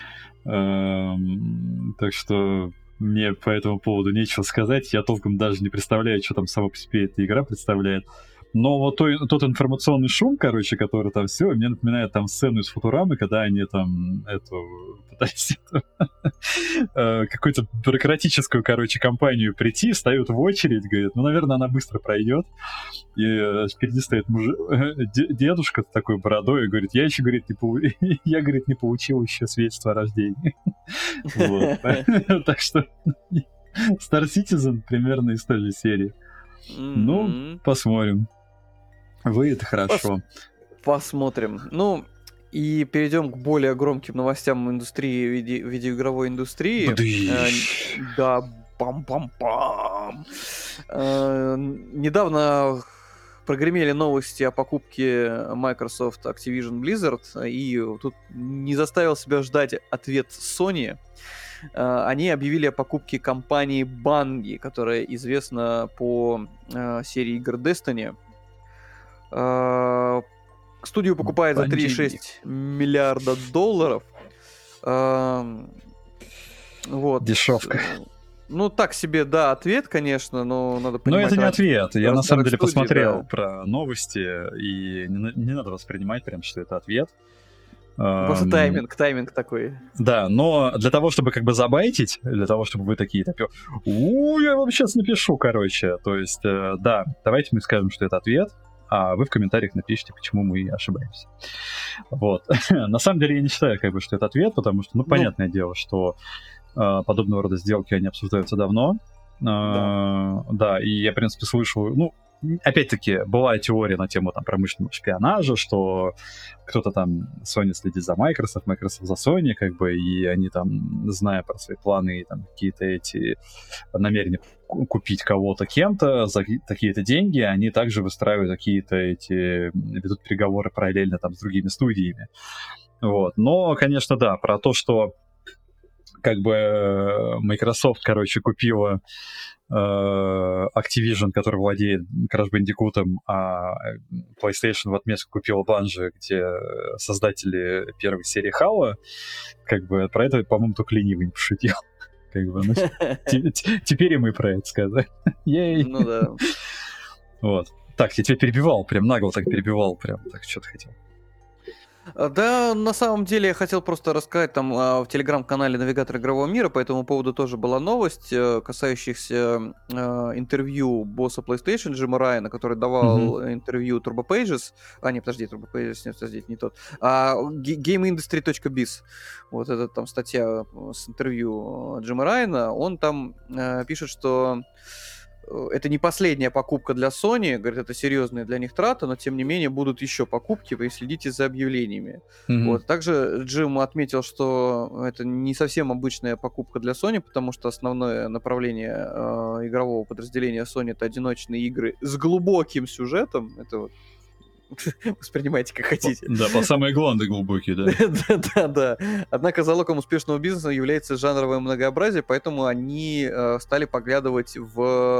Эм, так что мне по этому поводу нечего сказать. Я толком даже не представляю, что там сама по себе эта игра представляет. Но вот той, тот информационный шум, короче, который там все, мне напоминает там сцену из Футурамы, когда они там эту пытались какую-то бюрократическую, короче, компанию прийти, встают в очередь, говорят, ну, наверное, она быстро пройдет. И впереди стоит мужик, дедушка с такой бородой и говорит, я еще, говорит, не, пол... я, говорит, не получил еще свидетельство о рождении. Так что Star Citizen примерно из той же серии. Ну, посмотрим. Вы это хорошо. Посмотрим. Ну, и перейдем к более громким новостям индустрии, виде- видеоигровой индустрии. Э, да, пам-пам-пам. Э, недавно прогремели новости о покупке Microsoft Activision Blizzard, и тут не заставил себя ждать ответ Sony. Uh, они объявили о покупке компании Bungie, которая известна по uh, серии игр Destiny. Uh, студию покупает Bungie за три целых шесть миллиарда долларов. Uh, вот. Дешевка. Ну, так себе, да, ответ, конечно, но надо понимать... Но это не ответ. Я на самом деле студии, посмотрел да. про новости, и не, не надо воспринимать прям, что это ответ. Просто um, тайминг, тайминг такой. Да, но для того, чтобы как бы забайтить, для того, чтобы вы такие, такие, у, я вам сейчас напишу, короче. То есть, э, да, давайте мы скажем, что это ответ. а вы в комментариях напишите, почему мы ошибаемся. Вот. На самом деле я не считаю, как бы, что это ответ, потому что, ну, понятное ну... дело, что э, подобного рода сделки, они обсуждаются давно. Э, да. да, и я, в принципе, слышу, ну, опять-таки, была теория на тему там промышленного шпионажа, что кто-то там, Sony следит за Microsoft, Microsoft за Sony, как бы, и они там, зная про свои планы и там какие-то эти намерения купить кого-то кем-то за такие-то деньги, они также выстраивают какие-то эти, ведут переговоры параллельно там с другими студиями. Вот. Но, конечно, да, про то, что как бы Microsoft, короче, купила Activision, который владеет Crash Bandicoot, а PlayStation в отместку купила Bungie, где создатели первой серии Halo, как бы про это, по-моему, только ленивый не пошутил. Как бы, ну, теперь и мы про это сказали. Ей! Ну да. Вот. Так, я тебя перебивал, прям нагло так перебивал, прям так, что ты хотел. Да, на самом деле я хотел просто рассказать, там в телеграм-канале «Навигатор игрового мира» по этому поводу тоже была новость, касающихся э, интервью босса PlayStation Джима Райана, который давал mm-hmm. интервью Turbo Pages, а, не, подожди, Turbo Pages, нет, подожди, не тот, а GameIndustry точка biz, вот эта там статья с интервью Джима Райана, он там э, пишет, что это не последняя покупка для Sony, говорит, это серьезная для них трата, но тем не менее будут еще покупки, вы следите за объявлениями. Mm-hmm. Вот. Также Джим отметил, что это не совсем обычная покупка для Sony, потому что основное направление э, игрового подразделения Sony — это одиночные игры с глубоким сюжетом. Это вот воспринимайте как хотите. Да, по самые гланды глубокие, да. Да-да-да. Однако залогом успешного бизнеса является жанровое многообразие, поэтому они э, стали поглядывать в,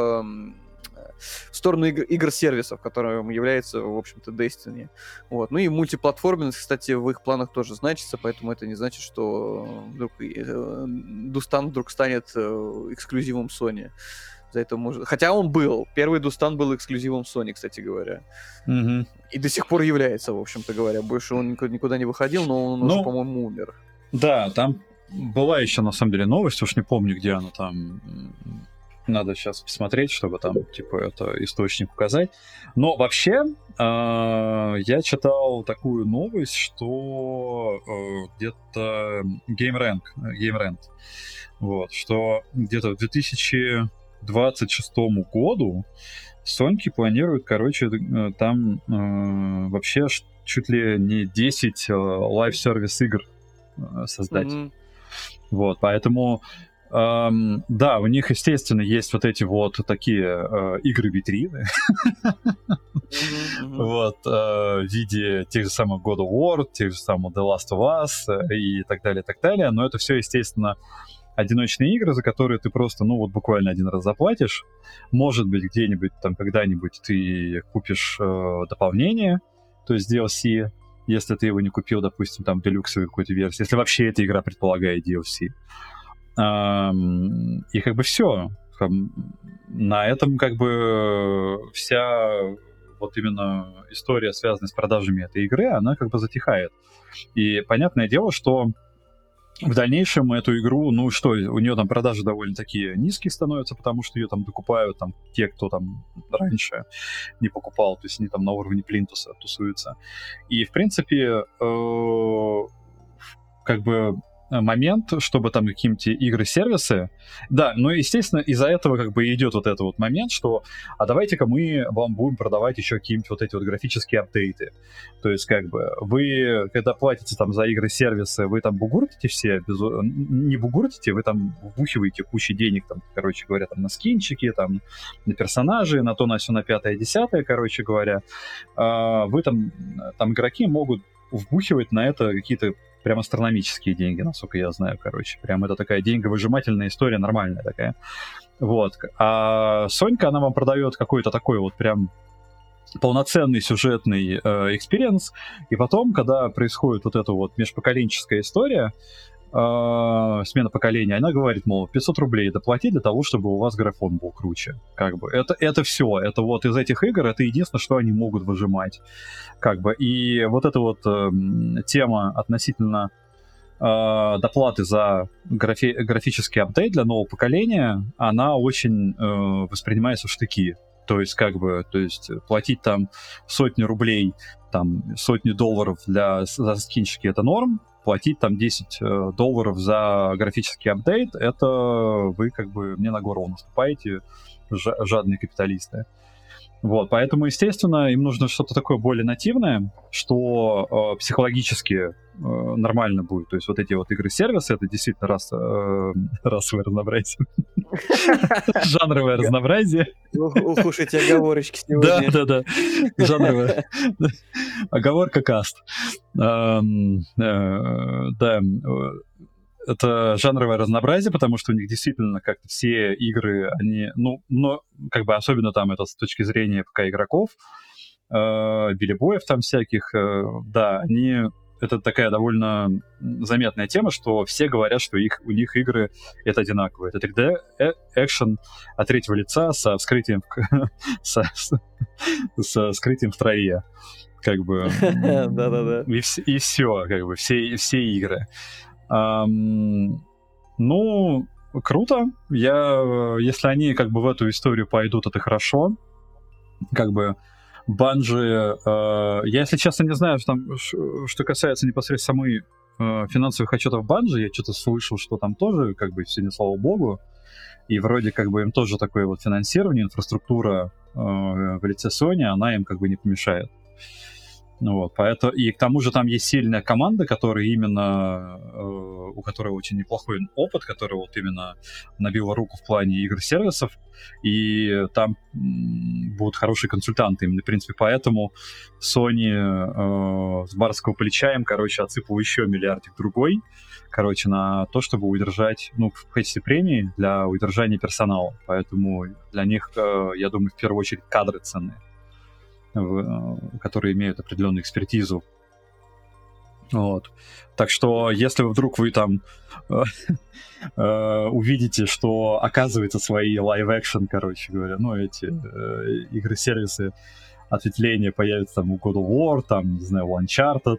в сторону игр, игр-сервисов, которым является, в общем-то, Destiny. Вот. Ну и мультиплатформенность, кстати, в их планах тоже значится, поэтому это не значит, что вдруг э, Дустан вдруг станет э, эксклюзивом Sony. За это может... Хотя он был. Первый Дустан был эксклюзивом Sony, кстати говоря. Mm-hmm. И до сих пор является, в общем-то говоря. Больше он никуда не выходил, но он ну, уже, по-моему, умер. Да, там была еще, на самом деле, новость, уж не помню, где она там. Надо сейчас посмотреть, чтобы там, типа, это источник указать. Но вообще, э, я читал такую новость, что э, где-то GameRank, GameRant, вот, что где-то в две тысячи двадцать шестому году Соньки планируют, короче, там э, вообще чуть ли не десять э, лайв-сервис игр э, создать. Mm-hmm. Вот, поэтому эм, да, у них, естественно, есть вот эти вот такие э, игры-витрины вот, в виде тех же самых God of War, тех же самых The Last of Us и так далее, так далее. Но это все, естественно, одиночные игры, за которые ты просто, ну вот буквально один раз заплатишь. Может быть, где-нибудь там когда-нибудь ты купишь э, дополнение, то есть ди эл си, если ты его не купил, допустим, там делюксовую какую-то версию, если вообще эта игра предполагает ди эл си. Эм, и как бы все. На этом как бы вся вот именно история, связанная с продажами этой игры, она как бы затихает. И понятное дело, что в дальнейшем эту игру, ну что, у нее там продажи довольно такие низкие становятся, потому что ее там докупают там те, кто там раньше не покупал, то есть они там на уровне плинтуса тусуются. И, в принципе, э, как бы момент, чтобы там какие-нибудь игры-сервисы... Да, но, естественно, из-за этого как бы идет вот этот вот момент, что а давайте-ка мы вам будем продавать еще какие-нибудь вот эти вот графические апдейты. То есть как бы вы, когда платите там за игры-сервисы, вы там бугуртите все, без... не бугуртите, вы там вбухиваете кучу денег, там, короче говоря, там на скинчики, там на персонажи, на то, на все, на пятое, десятое, короче говоря. Вы там, там игроки могут вбухивать на это какие-то прям астрономические деньги, насколько я знаю, короче. Прям это такая деньговыжимательная история, нормальная такая. Вот. А Сонька, она вам продает какой-то такой вот прям полноценный сюжетный экспириенс, э, и потом, когда происходит вот эта вот межпоколенческая история, э, смена поколения, она говорит, мол, пятьсот рублей доплати для того, чтобы у вас графон был круче. Как бы. Это, это все. Это вот из этих игр, это единственное, что они могут выжимать. Как бы. И вот эта вот э, тема относительно э, доплаты за графи- графический апдейт для нового поколения, она очень э, воспринимается в штыки. То есть, как бы, то есть платить там сотни рублей, там, сотни долларов для, за скинчики — это норм, платить там десять э, долларов за графический апдейт — это вы как бы мне на горло наступаете, ж- жадные капиталисты. Вот, поэтому, естественно, им нужно что-то такое более нативное, что э, психологически э, нормально будет. То есть вот эти вот игры-сервисы — это действительно рас, э, расовое разнообразие. Жанровое разнообразие. Ух уж эти оговорочки Да, сегодня. да, да. Жанровое. Оговорка каст. Эм, э, Да. Это жанровое разнообразие, потому что у них действительно как-то все игры, они, ну, но как бы особенно там это с точки зрения пока игроков, э, билибоев там всяких, э, да, они, это такая довольно заметная тема, что все говорят, что их, у них игры это одинаковые. Это три дэ э, экшен от третьего лица со вскрытием в- со, со скрытием в траве. Как бы Да-да-да. и, вс- и все, как бы все, все игры. Ам, ну, круто. Я, если они как бы в эту историю пойдут, это хорошо. Как бы Банжи, э, я, если честно, не знаю, что, там, ш- что касается непосредственно самой э, финансовых отчетов Банжи, я что-то слышал, что там тоже, как бы, все не слава богу, и вроде как бы им тоже такое вот финансирование, инфраструктура э, в лице Sony, она им как бы не помешает. Ну вот, поэтому, и к тому же там есть сильная команда, которая именно, э, у которой очень неплохой опыт, которая вот именно набила руку в плане игр-сервисов, и там м, будут хорошие консультанты именно, в принципе, поэтому Sony э, с барского плеча им, короче, отсыпал еще миллиардик другой, короче, на то, чтобы удержать, ну, в качестве премии для удержания персонала, поэтому для них, э, я думаю, в первую очередь кадры ценные, которые имеют определенную экспертизу. Вот. Так что, если вдруг вы там э, э, увидите, что, оказывается, свои live-action, короче говоря, ну, эти э, игры-сервисы ответвления появятся там у God of War, там, не знаю, у Uncharted,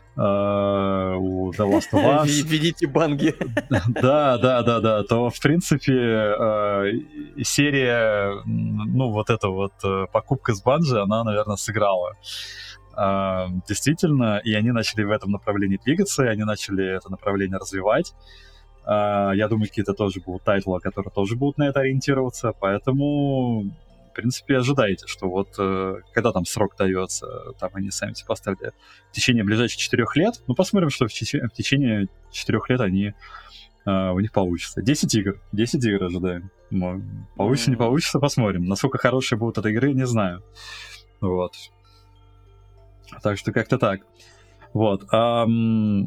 э, у The Last of Us. Видите банги. Да, да, да, да. То, в принципе, э, серия, ну, вот эта вот э, покупка с Банжи, она, наверное, сыграла. Э, действительно, и они начали в этом направлении двигаться, и они начали это направление развивать. Э, я думаю, какие-то тоже будут тайтлы, которые тоже будут на это ориентироваться, поэтому, в принципе, ожидайте, что вот э, когда там срок дается, там они сами себе поставили в течение ближайших четырех лет, ну, посмотрим, что в, тече- в течение четырех лет они Uh, у них получится. десять игр. десять игр ожидаем. Ну, получится, не получится, посмотрим. Насколько хорошие будут от игры, не знаю. Вот. Так что как-то так. Вот. Um...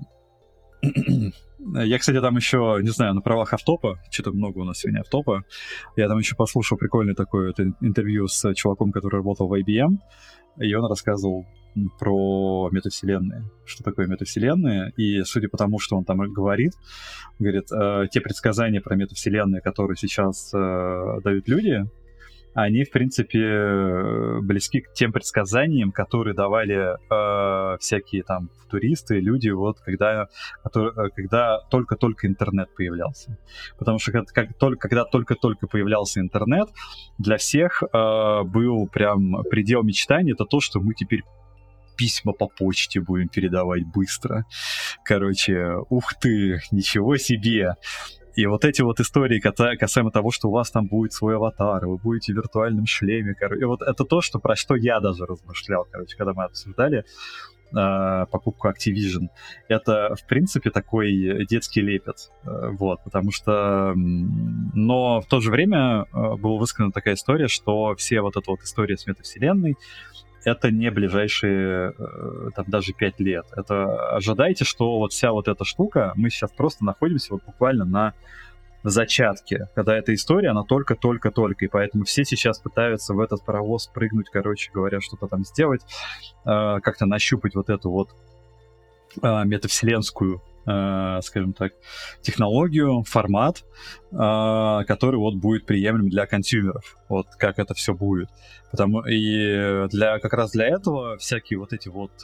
Я, кстати, там еще, не знаю, на правах автопа, что-то много у нас сегодня автопа, я там еще послушал прикольное такое вот интервью с чуваком, который работал в ай би эм, и он рассказывал про метавселенные, что такое метавселенные, и судя по тому, что он там говорит, говорит, э, те предсказания про метавселенные, которые сейчас э, дают люди, они, в принципе, близки к тем предсказаниям, которые давали э, всякие там футуристы, люди, вот, когда, которые, когда только-только интернет появлялся. Потому что как, как, только, когда только-только появлялся интернет, для всех э, был прям предел мечтаний, это то, что мы теперь письма по почте будем передавать быстро. Короче, ух ты, ничего себе! И вот эти вот истории касаемо того, что у вас там будет свой аватар, вы будете в виртуальном шлеме, короче. И вот это то, что, про что я даже размышлял, короче, когда мы обсуждали э, покупку Activision. Это, в принципе, такой детский лепет. Э, вот, потому что... Но в то же время э, была высказана такая история, что все вот эта вот история с метавселенной, это не ближайшие там даже пять лет. Это ожидайте, что вот вся вот эта штука, мы сейчас просто находимся вот буквально на зачатке, когда эта история, она только-только-только, и поэтому все сейчас пытаются в этот паровоз прыгнуть, короче говоря, что-то там сделать, как-то нащупать вот эту вот метавселенскую, скажем так, технологию, формат, который вот будет приемлем для консюмеров. Вот как это все будет. Потому и для как раз для этого всякие вот эти вот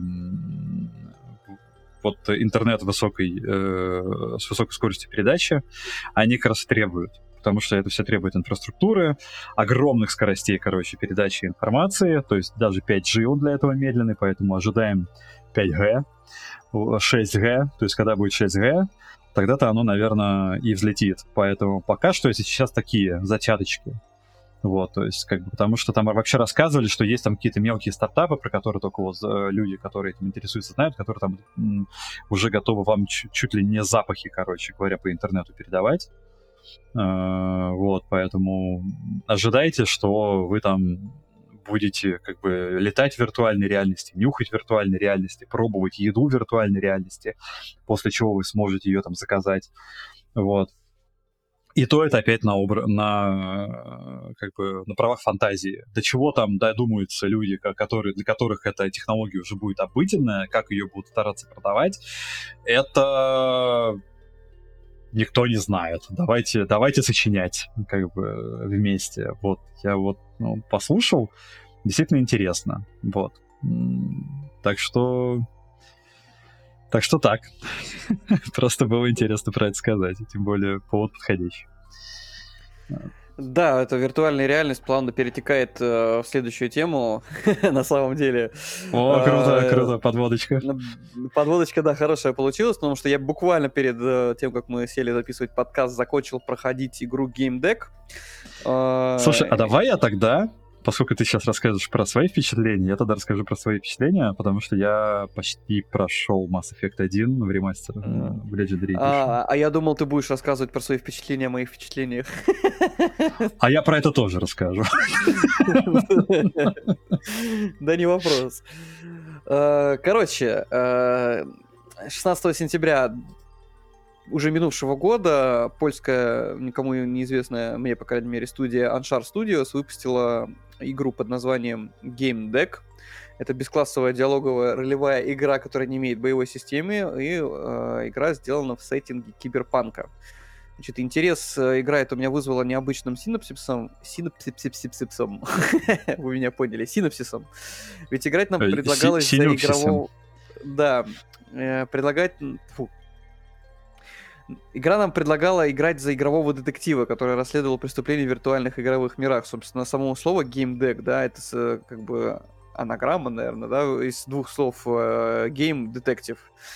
вот интернет высокой, с высокой скоростью передачи, они как раз требуют. потому что это все требует инфраструктуры, огромных скоростей, короче, передачи информации, то есть даже пять джи он для этого медленный, поэтому ожидаем пять джи, шесть джи, то есть когда будет шесть джи, тогда-то оно, наверное, и взлетит. Поэтому пока что это сейчас такие зачаточки. Вот, то есть, как бы, потому что там вообще рассказывали, что есть там какие-то мелкие стартапы, про которые только вот люди, которые этим интересуются, знают, которые там м, уже готовы вам чуть, чуть ли не запахи, короче говоря, по интернету передавать. Uh, вот, поэтому ожидайте, что вы там будете как бы летать в виртуальной реальности, нюхать в виртуальной реальности, пробовать еду в виртуальной реальности, после чего вы сможете ее там заказать. Вот. И то это опять на, обра- на, как бы, на правах фантазии. До чего там додумаются люди, которые, для которых эта технология уже будет обыденная, как ее будут стараться продавать, это никто не знает. Давайте, давайте сочинять как бы вместе. Вот, я вот ну, послушал, действительно интересно. Вот. Так что... Так что так. Просто было интересно про это сказать, тем более повод подходящий. Да, эта виртуальная реальность плавно перетекает э, в следующую тему, на самом деле. О, круто, круто, подводочка. Подводочка, да, хорошая получилась, потому что я буквально перед э, тем, как мы сели записывать подкаст, закончил проходить игру Game Deck. Слушай, а давай я тогда... Поскольку ты сейчас расскажешь про свои впечатления, я тогда расскажу про свои впечатления, потому что я почти прошел Mass Effect один в ремастер mm. в Legendary Edition. А, а я думал, ты будешь рассказывать про свои впечатления о моих впечатлениях. А я про это тоже расскажу. Да не вопрос. Короче, шестнадцатого сентября уже минувшего года польская, никому неизвестная, мне, по крайней мере, студия Anshar Studios выпустила игру под названием Game Deck. Это бесклассовая диалоговая ролевая игра, которая не имеет боевой системы, и э, игра сделана в сеттинге киберпанка. Значит, интерес игра эта у меня вызвала необычным синапсисом. Синапсисом. Вы меня поняли. Синапсисом. Ведь играть нам предлагалось за игрового... Да. Предлагать... Фу. Игра нам предлагала играть за игрового детектива, который расследовал преступления в виртуальных игровых мирах. Собственно, само слово Game Deck, да, это как бы анаграмма, наверное, да, из двух слов Game Detective.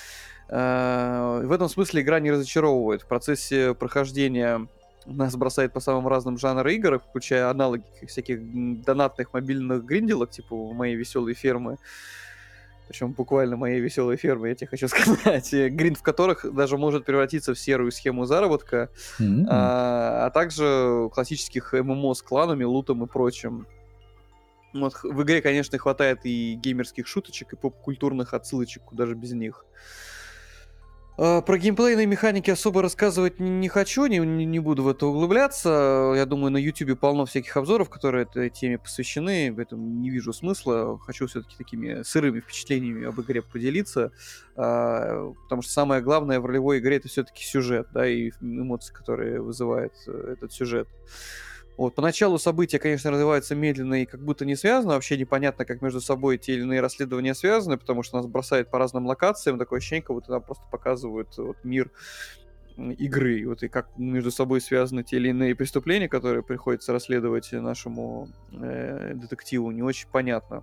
В этом смысле игра не разочаровывает. В процессе прохождения нас бросает по самым разным жанрам игр, включая аналоги всяких донатных мобильных гринделок, типа «Моей веселой фермы». Причем буквально «Моей веселой фермы», я тебе хочу сказать. Гринд в которых даже может превратиться в серую схему заработка, mm-hmm. а, а также классических эм эм о с кланами, лутом и прочим. Вот, в игре, конечно, хватает и геймерских шуточек, и поп-культурных отсылочек, куда же без них. Про геймплейные механики особо рассказывать не хочу, не, не буду в это углубляться. Я думаю, на YouTube полно всяких обзоров, которые этой теме посвящены, поэтому не вижу смысла. Хочу все-таки такими сырыми впечатлениями об игре поделиться, потому что самое главное в ролевой игре — это все-таки сюжет, да, и эмоции, которые вызывает этот сюжет. Вот. Поначалу события, конечно, развиваются медленно и как будто не связаны. Вообще непонятно, как между собой те или иные расследования связаны, потому что нас бросает по разным локациям. Такое ощущение, как будто нам просто показывают вот, мир игры. Вот, и как между собой связаны те или иные преступления, которые приходится расследовать нашему э, детективу, не очень понятно.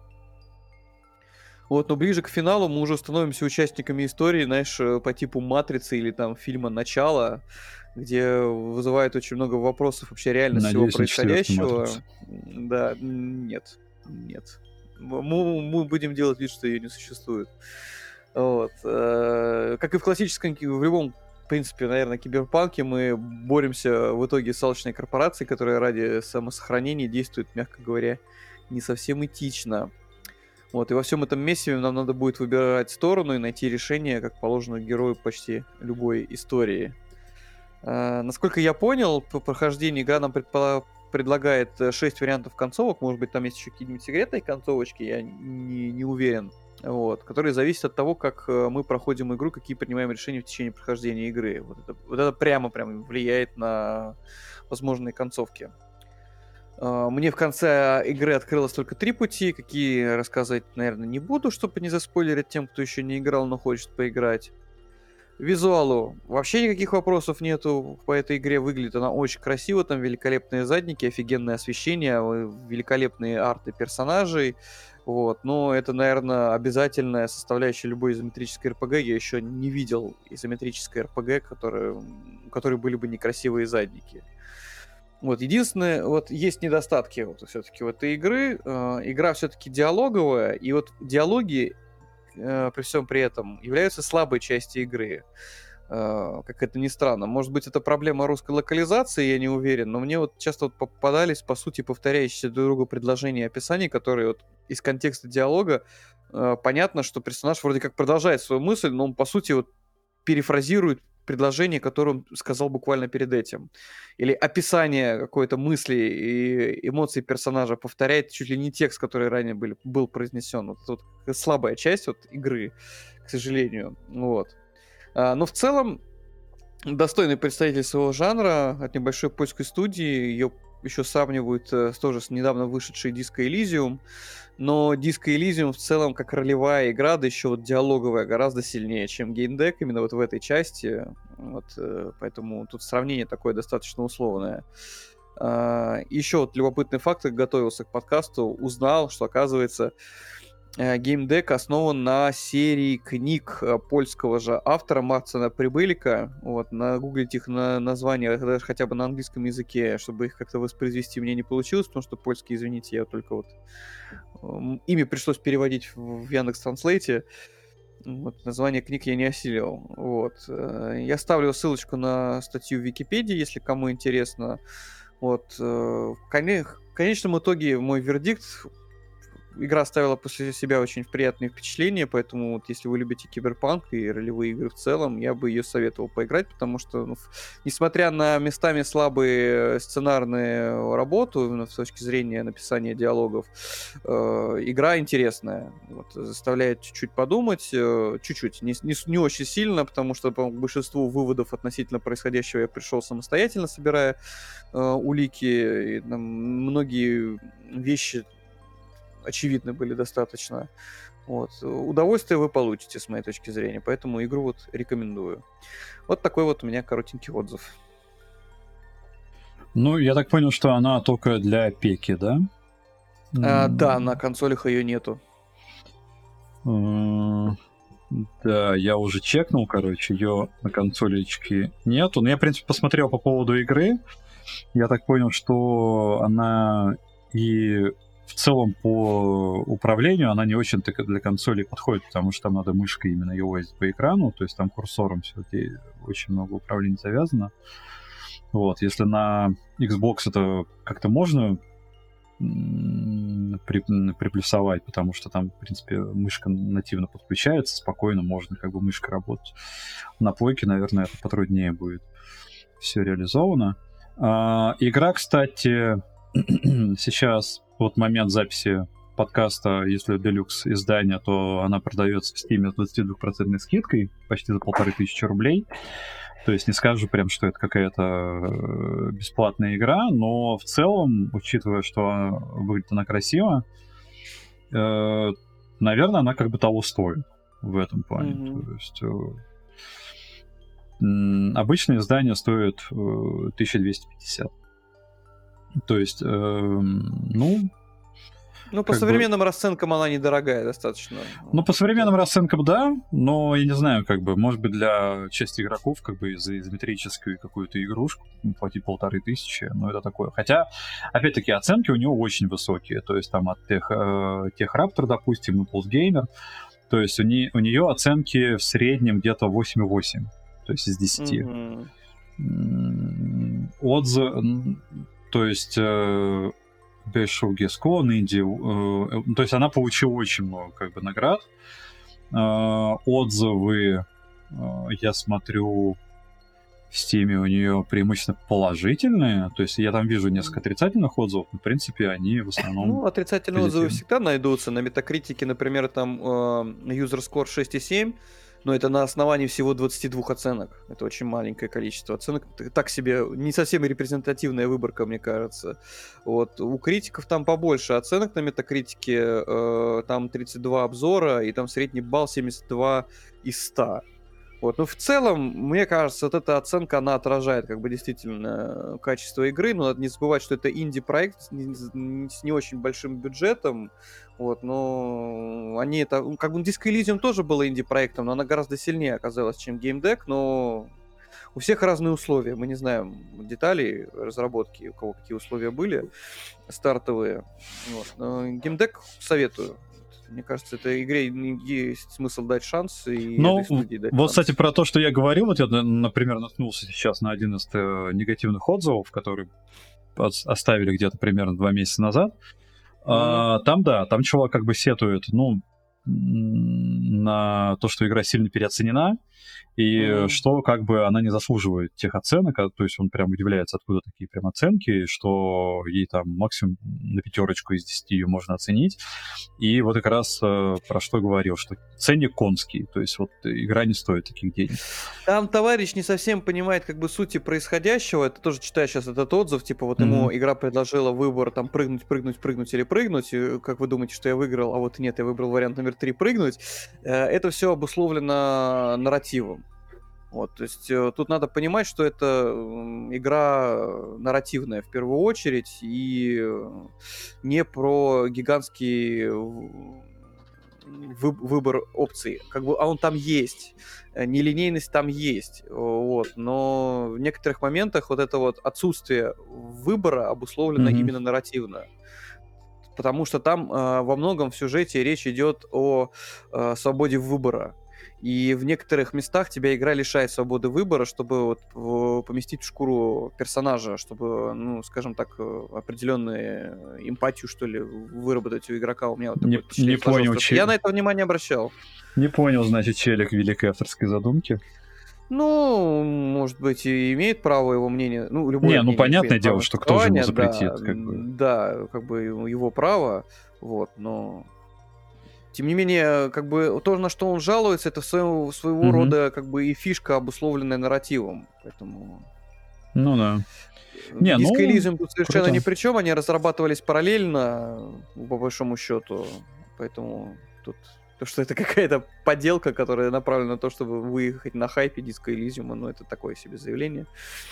Вот, но ближе к финалу мы уже становимся участниками истории, знаешь, по типу «Матрицы» или там фильма «Начало», где вызывает очень много вопросов вообще реально всего происходящего. Да, нет, нет. Мы, мы будем делать вид, что ее не существует. Вот. Как и в классическом, в любом, в принципе, наверное, киберпанке, мы боремся в итоге с алчной корпорацией, которая ради самосохранения действует, мягко говоря, не совсем этично. Вот, и во всем этом месиве нам надо будет выбирать сторону и найти решение, как положено герою почти любой истории. Uh, насколько я понял, по прохождению игра нам предпо- предлагает шесть вариантов концовок. Может быть, там есть еще какие-нибудь секретные концовочки, я не, не уверен. Вот, которые зависят от того, как мы проходим игру, какие принимаем решения в течение прохождения игры. Вот это, вот это прямо-прямо влияет на возможные концовки. Uh, мне в конце игры открылось только три пути, какие рассказывать, наверное, не буду, чтобы не заспойлерить тем, кто еще не играл, но хочет поиграть. визуалу вообще никаких вопросов нету по этой игре. Выглядит она очень красиво, там великолепные задники, офигенное освещение, великолепные арты персонажей. Вот. Но это, наверное, обязательная составляющая любой изометрической эр пи джи. Я еще не видел изометрической эр пи джи, которые, у которой были бы некрасивые задники. Вот, единственное, вот есть недостатки вот, все-таки в этой игры. Э, игра все-таки диалоговая, и вот диалоги э, при всем при этом являются слабой частью игры. Э, как это ни странно. Может быть, это проблема русской локализации, я не уверен, но мне вот часто вот попадались, по сути, повторяющиеся друг другу предложения и описания, которые вот из контекста диалога э, понятно, что персонаж вроде как продолжает свою мысль, но он, по сути, вот перефразирует предложение, которое он сказал буквально перед этим. Или описание какой-то мысли и эмоций персонажа повторяет чуть ли не текст, который ранее были, был произнесен. Вот это вот слабая часть вот игры, к сожалению. Вот. А, но в целом достойный представитель своего жанра от небольшой польской студии. Ее еще сравнивают э, тоже с недавно вышедшей Disco Elysium. Но Disco Elysium в целом, как ролевая игра, да еще вот диалоговая, гораздо сильнее, чем геймдек, именно вот в этой части. Вот, э, поэтому тут сравнение такое достаточно условное. А, еще вот любопытный факт, как готовился к подкасту, узнал, что, оказывается, геймдек основан на серии книг польского же автора Марцина Прибылика. Вот, нагуглить их на название даже хотя бы на английском языке, чтобы их как-то воспроизвести, мне не получилось, потому что польский, извините, я только вот имя пришлось переводить в Яндекс.Транслейте. Вот, название книг я не осилил. Вот. Я ставлю ссылочку на статью в Википедии, если кому интересно. Вот. В конечном итоге мой вердикт: игра оставила после себя очень приятные впечатления, поэтому вот если вы любите киберпанк и ролевые игры в целом, я бы ее советовал поиграть, потому что, ну, несмотря на местами слабые сценарные работу, именно с точки зрения написания диалогов, э, игра интересная, вот, заставляет чуть-чуть подумать, э, чуть-чуть, не, не, не очень сильно, потому что по большинству выводов относительно происходящего я пришел самостоятельно, собирая э, улики, и, там, многие вещи очевидны были достаточно. Вот. Удовольствие вы получите, с моей точки зрения, поэтому игру вот рекомендую. Вот такой вот у меня коротенький отзыв. Ну, я так понял, что она только для пеки, да? А, да, на консолях ее нету. Да, я уже чекнул, короче, ее на консолечке нету. Но я, в принципе, посмотрел по поводу игры. Я так понял, что она и в целом по управлению она не очень для консолей подходит, потому что там надо мышкой именно ее возить по экрану, то есть там курсором все-таки очень много управлений завязано. Вот, если на Xbox это как-то можно при, приплюсовать, потому что там, в принципе, мышка нативно подключается, спокойно можно как бы мышкой работать. На плойке, наверное, это потруднее будет все реализовано. А, игра, кстати, сейчас, вот момент записи подкаста, если делюкс издание, то она продается в Steam с двадцать два процента скидкой, почти за полторы тысячи рублей. То есть не скажу прям, что это какая-то бесплатная игра, но в целом, учитывая, что выглядит она красиво, э, наверное, она как бы того стоит в этом плане. Mm-hmm. То есть э, обычное издание стоит э, тысяча двести пятьдесят. То есть, э, ну... Ну, по современным бы... расценкам она недорогая достаточно. Ну, по современным расценкам, да, но я не знаю, как бы, может быть, для части игроков, как бы, за изометрическую какую-то игрушку платить полторы тысячи, ну, это такое. Хотя, опять-таки, оценки у него очень высокие, то есть там от тех, э, тех Raptor, допустим, Impulse Gamer, то есть у, не, у нее оценки в среднем где-то восемь и восемь, то есть из десяти. Mm-hmm. Отзывы, то есть... Э, Бэшоу Гескон, Инди, э, то есть она получила очень много как бы наград. Э, отзывы, э, я смотрю, в Steam у нее преимущественно положительные, то есть я там вижу несколько отрицательных отзывов, но в принципе они в основном... Ну, отрицательные позитивные. Отзывы всегда найдутся. На Metacritic, например, там э, user score шесть и семь, но это на основании всего двадцати двух оценок. Это очень маленькое количество оценок. Так себе, не совсем репрезентативная выборка, мне кажется. Вот. У критиков там побольше оценок на Метакритике. Э, там тридцать два обзора, и там средний балл семьдесят два из ста. Вот. Но в целом, мне кажется, вот эта оценка, она отражает как бы действительно качество игры, но надо не забывать, что это инди-проект с не, с не очень большим бюджетом, вот, но они это, как бы Disco Elysium тоже было инди-проектом, но она гораздо сильнее оказалась, чем Game Deck, но у всех разные условия, мы не знаем деталей разработки, у кого какие условия были стартовые, вот. Но Game Deck советую. Мне кажется, этой игре есть смысл дать шанс, и Ну, этой студии дать вот, шанс. кстати, про то, что я говорил, вот я, например, наткнулся сейчас на один из э, негативных отзывов, который оставили где-то примерно два месяца назад. Mm-hmm. А, там, да, там чувак как бы сетует, ну, на то, что игра сильно переоценена, и mm-hmm. что как бы она не заслуживает тех оценок, то есть он прям удивляется, откуда такие прям оценки, что ей там максимум на пятерочку из десяти ее можно оценить. И вот как раз э, про что говорил, что ценник конский, то есть вот игра не стоит таких денег. Там товарищ не совсем понимает как бы сути происходящего, это тоже читаю сейчас этот отзыв, типа вот mm-hmm. ему игра предложила выбор там прыгнуть, прыгнуть, прыгнуть или прыгнуть, и как вы думаете, что я выиграл, а вот нет, я выбрал вариант номер три прыгнуть. Это все обусловлено нарративом. Вот, то есть э, тут надо понимать, что это э, игра нарративная в первую очередь и э, не про гигантский вы, выбор опций. Как бы, а он там есть, нелинейность там есть, вот, но в некоторых моментах вот это вот отсутствие выбора обусловлено mm-hmm. именно нарративно. Потому что там э, во многом в сюжете речь идет о э, свободе выбора. И в некоторых местах тебя игра лишает свободы выбора, чтобы вот в, поместить в шкуру персонажа, чтобы, ну, скажем так, определенную эмпатию, что ли, выработать у игрока. У меня вот не, такой не понял, че... Я на это внимание обращал. Не понял, значит, челик великой авторской задумки. Ну, может быть, и имеет право его мнение. Ну, любое не, ну, понятное дело, что кто же ему запретит. Да, как бы. да, как бы его право, вот, но... Тем не менее, как бы то, на что он жалуется, это своего, своего mm-hmm. рода как бы и фишка, обусловленная нарративом. Поэтому... Ну да. Не, Disco ну, Elysium тут совершенно круто. ни при чем, они разрабатывались параллельно, по большому счету. Поэтому тут то, что это какая-то поделка, которая направлена на то, чтобы выехать на хайпе Disco Elysium, ну это такое себе заявление.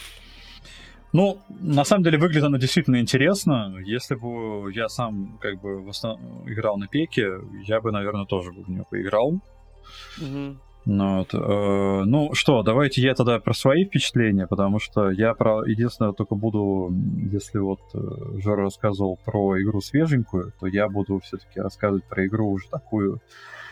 Ну, на самом деле выглядит оно действительно интересно. Если бы я сам как бы в основном играл на пеке, я бы, наверное, тоже бы в нее поиграл. Mm-hmm. Ну, вот, э, ну что, давайте я тогда про свои впечатления, потому что я про единственное только буду, если вот Жора рассказывал про игру свеженькую, то я буду все-таки рассказывать про игру уже такую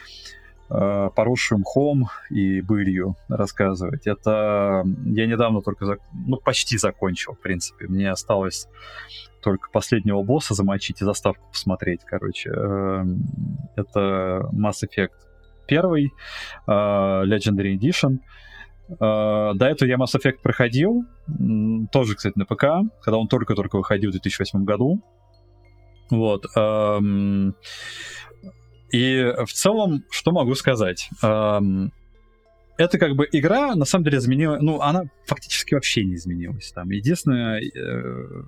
э, поросшую мхом и былью рассказывать. Это я недавно только, зак... ну, почти закончил, в принципе. Мне осталось только последнего босса замочить и заставку посмотреть, короче. Э, это Mass Effect первый, uh, Legendary Edition. Uh, до этого я Mass Effect проходил, тоже, кстати, на ПК, когда он только-только выходил в две тысячи восьмом году. Вот. Um, и в целом, что могу сказать? Um, это как бы игра, на самом деле, изменила... Ну, она фактически вообще не изменилась. Там единственное... Uh,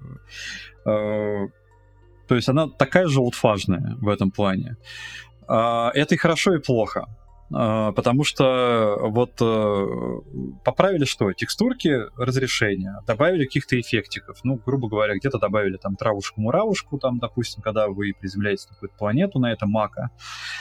uh, то есть она такая же олдфажная в этом плане. Это и хорошо, и плохо, потому что вот поправили что? Текстурки, разрешения, добавили каких-то эффектиков, ну, грубо говоря, где-то добавили там травушку-муравушку, там, допустим, когда вы приземляетесь на какую-то планету, на этом мака,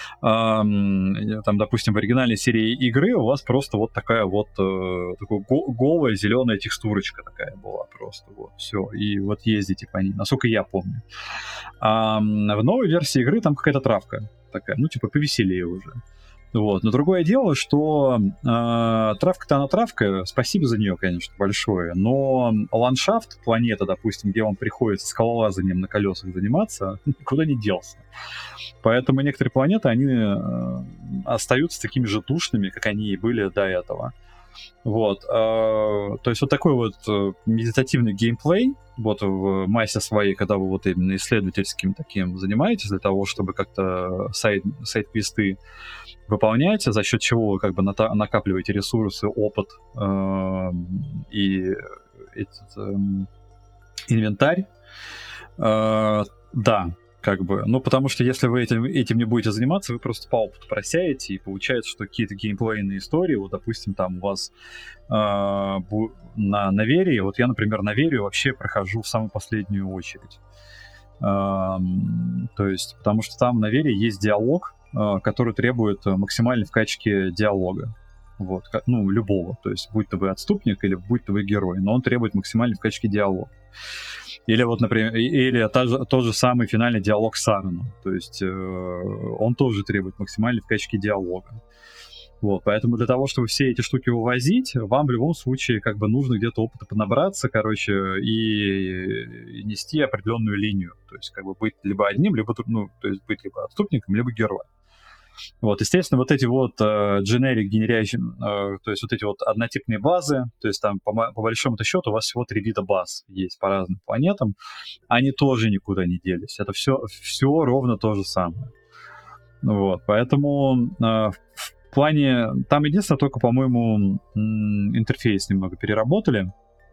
там, допустим, в оригинальной серии игры у вас просто вот такая вот такая голая зеленая текстурочка такая была просто, вот, все, и вот ездите по ней, насколько я помню. А в новой версии игры там какая-то травка такая, ну, типа, повеселее уже. Вот. Но другое дело, что э, травка-то она травка, спасибо за нее, конечно, большое, но ландшафт планеты, допустим, где вам приходится скалолазанием на колесах заниматься, никуда не делся. Поэтому некоторые планеты, они э, остаются такими же душными, как они и были до этого. Вот. Э, то есть вот такой вот э, медитативный геймплей, вот в массе своей, когда вы вот именно исследовательским таким занимаетесь для того, чтобы как-то сайд, сайд-квесты выполняете, за счет чего вы как бы ната- накапливаете ресурсы, опыт э, и этот, э, инвентарь. Э, да, Как бы, ну, потому что если вы этим, этим не будете заниматься, вы просто по опыту просяете, и получается, что какие-то геймплейные истории, вот, допустим, там у вас э, бу- на, на Вере, вот я, например, на Вере вообще прохожу в самую последнюю очередь. Эм, то есть, потому что там на Вере есть диалог, э, который требует максимальной вкачки диалога. Вот, как- ну, любого. То есть, будь то вы отступник или будь то вы герой, но он требует максимальной вкачки диалога. Или вот, например, и- или та же- тот же самый финальный диалог с Сараном. То есть э, он тоже требует максимальной вкачки диалога. Вот, поэтому для того, чтобы все эти штуки увозить, вам в любом случае как бы нужно где-то опыта понабраться, короче, и нести определенную линию. То есть как бы быть либо одним, либо, дру- ну, то есть быть либо отступником, либо героем. Вот, естественно, вот эти вот э, generic генерящие, э, то есть вот эти вот однотипные базы, то есть там по, ма- по большому-то счету у вас всего три вида баз есть по разным планетам, они тоже никуда не делись. Это все, все ровно то же самое. Вот, поэтому э, в плане... Там единственное только, по-моему, м, интерфейс немного переработали,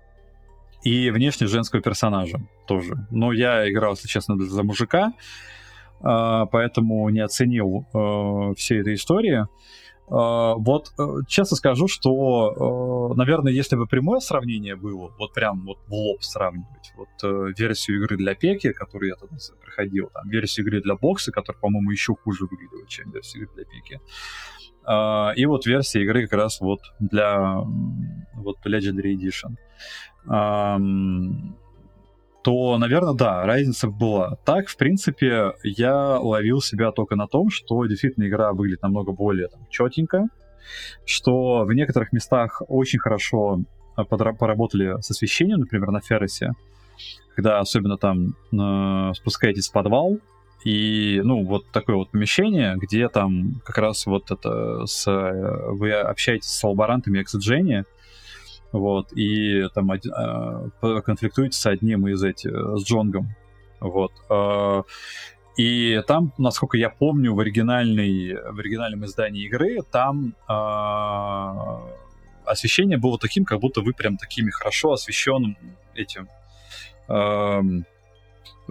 и внешне женского персонажа тоже. Но я играл, если честно, за мужика, а, поэтому не оценил э, всей этой истории. А, вот э, честно скажу, что, э, наверное, если бы прямое сравнение было, вот прям вот в лоб сравнивать, вот э, версию игры для Пеки, которую я тогда проходил, там, версию игры для бокса, которая, по-моему, еще хуже выглядела, чем версия игры для Пеки, а, и вот версия игры как раз вот для м, вот Legendary Edition. Ам, то, наверное, да, разница была. Так, в принципе, я ловил себя только на том, что действительно игра выглядит намного более там, четенько, что в некоторых местах очень хорошо а, подра- поработали с освещением, например, на Ферросе, когда особенно там э, спускаетесь в подвал, и, ну, вот такое вот помещение, где там как раз вот это с, э, вы общаетесь с лаборантами Эксоджени, вот, и там оди- э, по- конфликтуете с одним из этих, с Джонгом, вот. э, И там, насколько я помню, в, оригинальной, в оригинальном издании игры там э, освещение было таким, как будто вы прям такими хорошо освещенным этим... эм, э,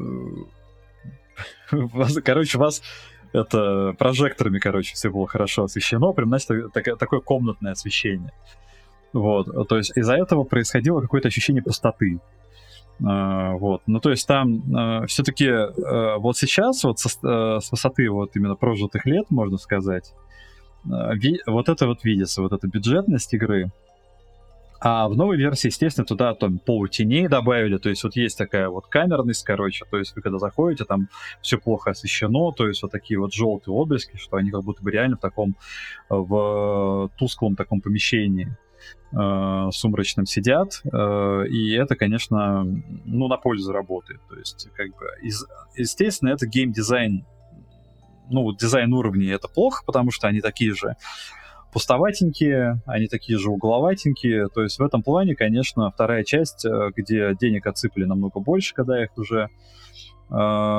вас- короче, вас это прожекторами, короче, все было хорошо освещено, прям, знаете, так- такое комнатное освещение. Вот, то есть из-за этого происходило какое-то ощущение пустоты. А, вот, ну то есть там а, все-таки а, вот сейчас вот со- а, с высоты вот именно прожитых лет, можно сказать, а, ви- вот это вот видится, вот эта бюджетность игры. А в новой версии, естественно, туда там полутеней добавили, то есть вот есть такая вот камерность, короче, то есть вы когда заходите, там все плохо освещено, то есть вот такие вот желтые отблески, что они как будто бы реально в таком, в тусклом таком помещении э, сумрачном сидят, э, и это, конечно, ну, на пользу работает, то есть как бы, из, естественно, это геймдизайн, ну, вот дизайн уровней это плохо, потому что они такие же пустоватенькие, они такие же угловатенькие. То есть в этом плане, конечно, вторая часть, э, где денег отсыпали намного больше, когда их уже э,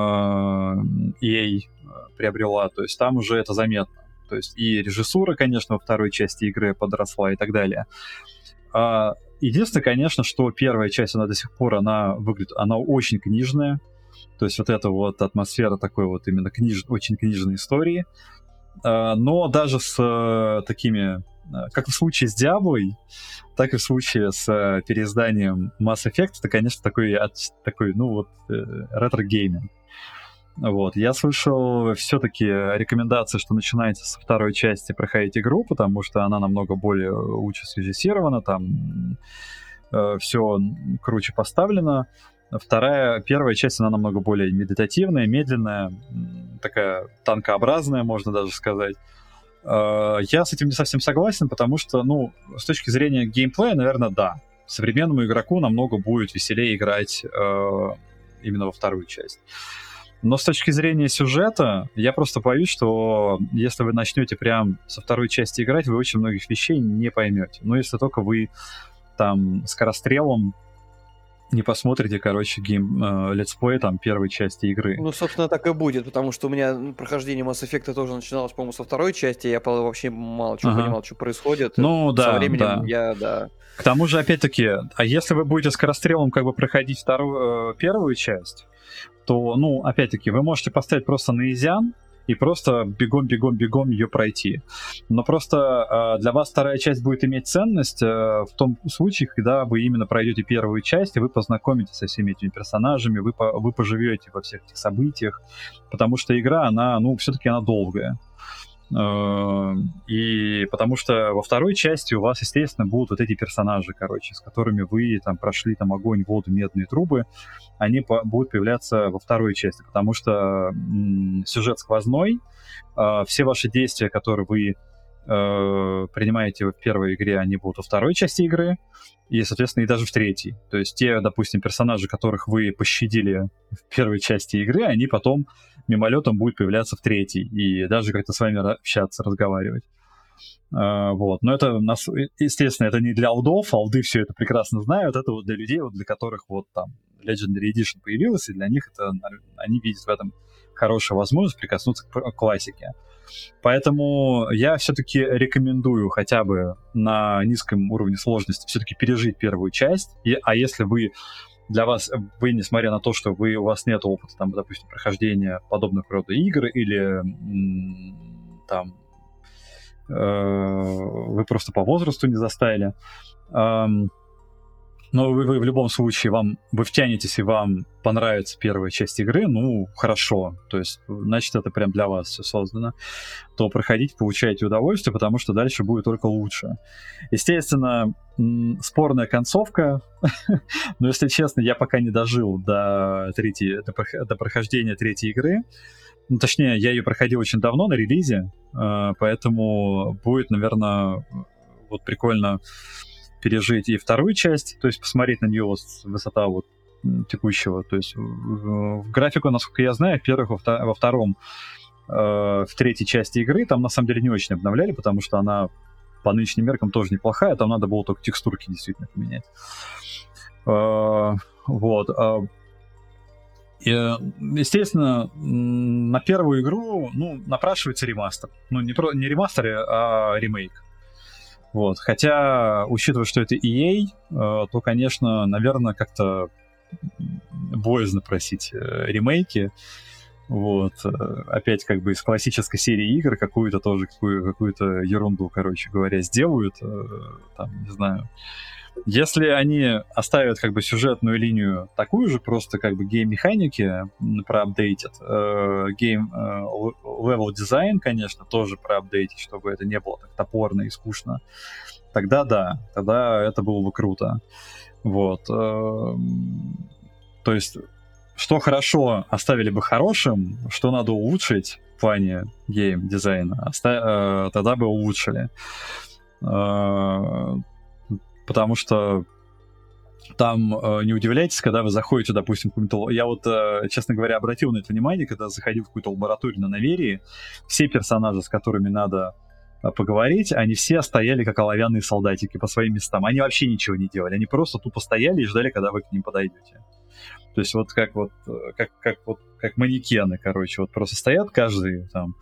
и эй приобрела, то есть там уже это заметно. То есть и режиссура, конечно, во второй части игры подросла и так далее. А, единственное, конечно, что первая часть, она до сих пор, она выглядит, она очень книжная. То есть вот эта вот атмосфера такой вот именно книж, очень книжной истории. Но даже с э, такими, э, как в случае с Диаблой, так и в случае с э, переизданием Mass Effect, это, конечно, такой, от, такой ну вот, э, ретро-гейминг. Вот. Я слышал все-таки рекомендации, что начинается со второй части проходить игру, потому что она намного более лучше срежиссирована, там э, все круче поставлено. Вторая, первая часть, она намного более медитативная, медленная, такая танкообразная, можно даже сказать. Я с этим не совсем согласен, потому что, ну, с точки зрения геймплея, наверное, да. Современному игроку намного будет веселее играть э, именно во вторую часть. Но с точки зрения сюжета, я просто боюсь, что если вы начнете прям со второй части играть, вы очень многих вещей не поймете. Ну, если только вы там скорострелом не посмотрите, короче, гейм, э, летсплей там первой части игры. Ну, собственно, так и будет, потому что у меня ну, прохождение Mass Effect тоже начиналось, по-моему, со второй части, я по- вообще мало чего Ага. понимал, что происходит. Ну, Со да, временем да. я, да. К тому же, опять-таки, а если вы будете скорострелом как бы проходить вторую, э, первую часть, то, ну, опять-таки, вы можете поставить просто на изян и просто бегом-бегом-бегом ее пройти. Но просто э, для вас вторая часть будет иметь ценность э, в том случае, когда вы именно пройдете первую часть, и вы познакомитесь со всеми этими персонажами, вы, по, вы поживете во всех этих событиях, потому что игра, она, ну, все-таки она долгая. И потому что во второй части у вас, естественно, будут вот эти персонажи, короче, с которыми вы там прошли там огонь, воду, медные трубы, они по- будут появляться во второй части, потому что м, сюжет сквозной, э, все ваши действия, которые вы э, принимаете в первой игре, они будут во второй части игры, и, соответственно, и даже в третьей. То есть те, допустим, персонажи, которых вы пощадили в первой части игры, они потом мимолетом будут появляться в третьей, и даже как-то с вами общаться, разговаривать. Uh, вот. Но это, естественно, это не для алдов, алды все это прекрасно знают, это вот для людей, вот для которых вот там Legendary Edition появилась, и для них это, они видят в этом хорошую возможность прикоснуться к классике. Поэтому я все-таки рекомендую хотя бы на низком уровне сложности все-таки пережить первую часть, и, а если вы для вас, вы, несмотря на то, что вы, у вас нет опыта, там, допустим, прохождения подобных рода игр, или м, там э, вы просто по возрасту не заставили, э, но вы, вы в любом случае, вам, вы втянетесь, и вам понравится первая часть игры, ну, хорошо, то есть, значит, это прям для вас все создано, то проходите, получаете удовольствие, потому что дальше будет только лучше. Естественно, м- спорная концовка, но, если честно, я пока не дожил до, третьей, до, прох- до прохождения третьей игры, ну, точнее, я ее проходил очень давно на релизе, э- поэтому будет, наверное, вот прикольно пережить и вторую часть, то есть посмотреть на нее с высота вот текущего, то есть в, в графику, насколько я знаю, в-первых, во, втор- во втором, э, в третьей части игры там на самом деле не очень обновляли, потому что она по нынешним меркам тоже неплохая, там надо было только текстурки действительно поменять. Э, вот. Э, и, естественно, на первую игру, ну, напрашивается ремастер. Ну, не, про, не ремастер, а ремейк. Вот. Хотя, учитывая, что это и эй, э, то, конечно, наверное, как-то боязно просить э, ремейки. Вот. Опять как бы из классической серии игр какую-то тоже, какую- какую-то ерунду, короче говоря, сделают. э, Там, не знаю. Если они оставят как бы сюжетную линию такую же, просто как бы гейм-механики проапдейтят, э, гейм э, level дизайн, конечно, тоже проапдейтить, чтобы это не было так топорно и скучно, тогда да, тогда это было бы круто. Вот. э, То есть, что хорошо оставили бы хорошим, что надо улучшить в плане гейм-дизайна, оста- э, тогда бы улучшили. Э, Потому что там э, не удивляйтесь, когда вы заходите, допустим, в какую-то... Я вот, э, честно говоря, обратил на это внимание, когда заходил в какую-то лабораторию на Наверии, все персонажи, с которыми надо э, поговорить, они все стояли как оловянные солдатики по своим местам. Они вообще ничего не делали, они просто тупо стояли и ждали, когда вы к ним подойдете. То есть вот как вот, как, как, вот, как манекены, короче, вот просто стоят каждый там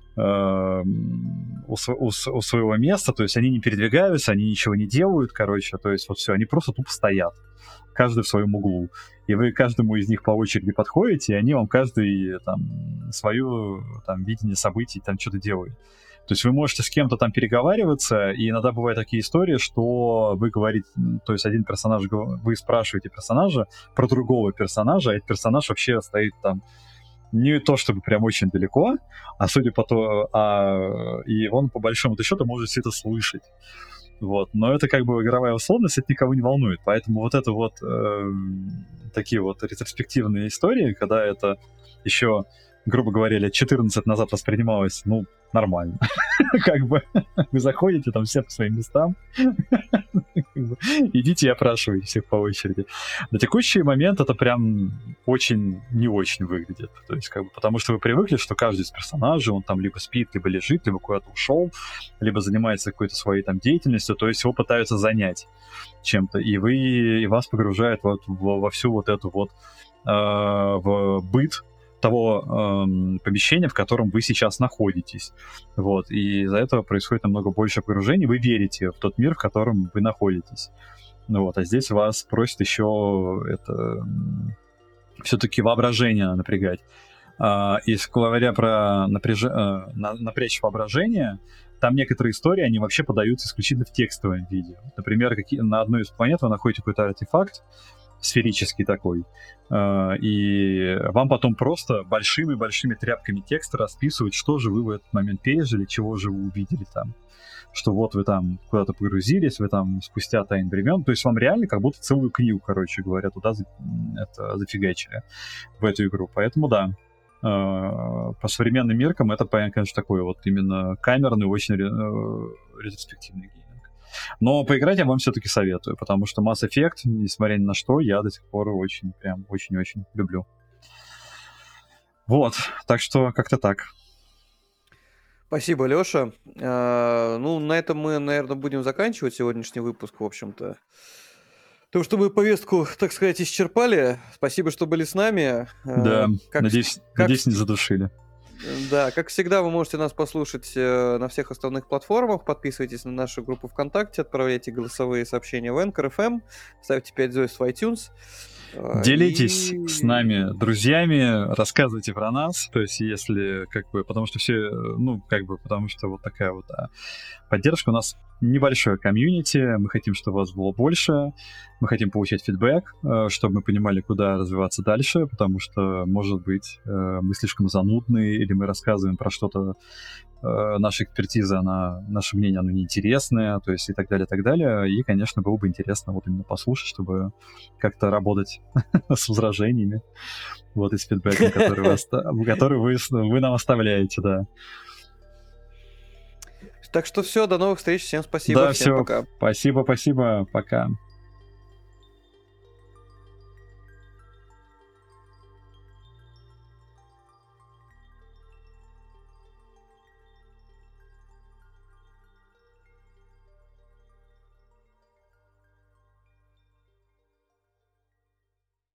У, у, у своего места, то есть они не передвигаются, они ничего не делают, короче, то есть вот все, они просто тупо стоят, каждый в своем углу, и вы каждому из них по очереди подходите, и они вам каждый там свое там видение событий там что-то делают. То есть вы можете с кем-то там переговариваться, и иногда бывают такие истории, что вы говорите, то есть один персонаж, вы спрашиваете персонажа про другого персонажа, а этот персонаж вообще стоит там не то чтобы прям очень далеко, а судя по тому, а, и он по большому счету может все это слышать. Вот. Но это как бы игровая условность, это никого не волнует. Поэтому вот это вот э, такие вот ретроспективные истории, когда это еще, грубо говоря, лет четырнадцать назад воспринималось, ну, нормально. Как бы вы заходите там все по своим местам, идите и опрашивайте всех по очереди. На текущий момент это прям очень не очень выглядит. То есть, как бы, потому что вы привыкли, что каждый из персонажей, он там либо спит, либо лежит, либо куда-то ушел, либо занимается какой-то своей там деятельностью, то есть его пытаются занять чем-то, и вы, и вас погружают вот во, во всю вот эту вот э, в быт того э, помещения, в котором вы сейчас находитесь. Вот. И из-за этого происходит намного больше погружений. Вы верите в тот мир, в котором вы находитесь. Ну вот. А здесь вас просят еще это, все-таки воображение напрягать. Uh, если говоря про напряж... uh, на... напрячь воображение, там некоторые истории, они вообще подаются исключительно в текстовом виде. Например, какие... на одной из планет вы находите какой-то артефакт, сферический такой, uh, и вам потом просто большими-большими тряпками текста расписывают, что же вы в этот момент пережили, чего же вы увидели там. Что вот вы там куда-то погрузились, вы там спустя тайн времен, то есть вам реально как будто целую книгу, короче говоря, туда за... это зафигачили в эту игру. Поэтому да, по современным меркам это, конечно, такой вот именно камерный, очень ретроспективный гейминг. Но поиграть я вам все-таки советую, потому что Mass Effect, несмотря ни на что, я до сих пор очень, прям, очень-очень люблю. Вот, так что как-то так. Спасибо, Лёша. А, ну, на этом мы, наверное, будем заканчивать сегодняшний выпуск, в общем-то. То, что мы повестку, так сказать, исчерпали. Спасибо, что были с нами. Да, как, надеюсь, как, надеюсь, не задушили. Да, как всегда, вы можете нас послушать на всех основных платформах. Подписывайтесь на нашу группу ВКонтакте, отправляйте голосовые сообщения в Anchor эф эм, ставьте пять звезд в iTunes. Делитесь и... с нами друзьями, рассказывайте про нас, то есть если как бы, потому что все, ну как бы, потому что вот такая вот а, поддержка у нас небольшое комьюнити, мы хотим, чтобы вас было больше, мы хотим получать фидбэк, чтобы мы понимали, куда развиваться дальше, потому что, может быть, мы слишком занудные, или мы рассказываем про что-то, наша экспертиза, она, наше мнение, оно неинтересное, то есть и так далее, и так далее. И, конечно, было бы интересно вот именно послушать, чтобы как-то работать с возражениями, вот, и с фидбэком, который, вы, который вы, вы нам оставляете, да. Так что все, до новых встреч, всем спасибо, да, всем все, пока. Спасибо, спасибо, пока.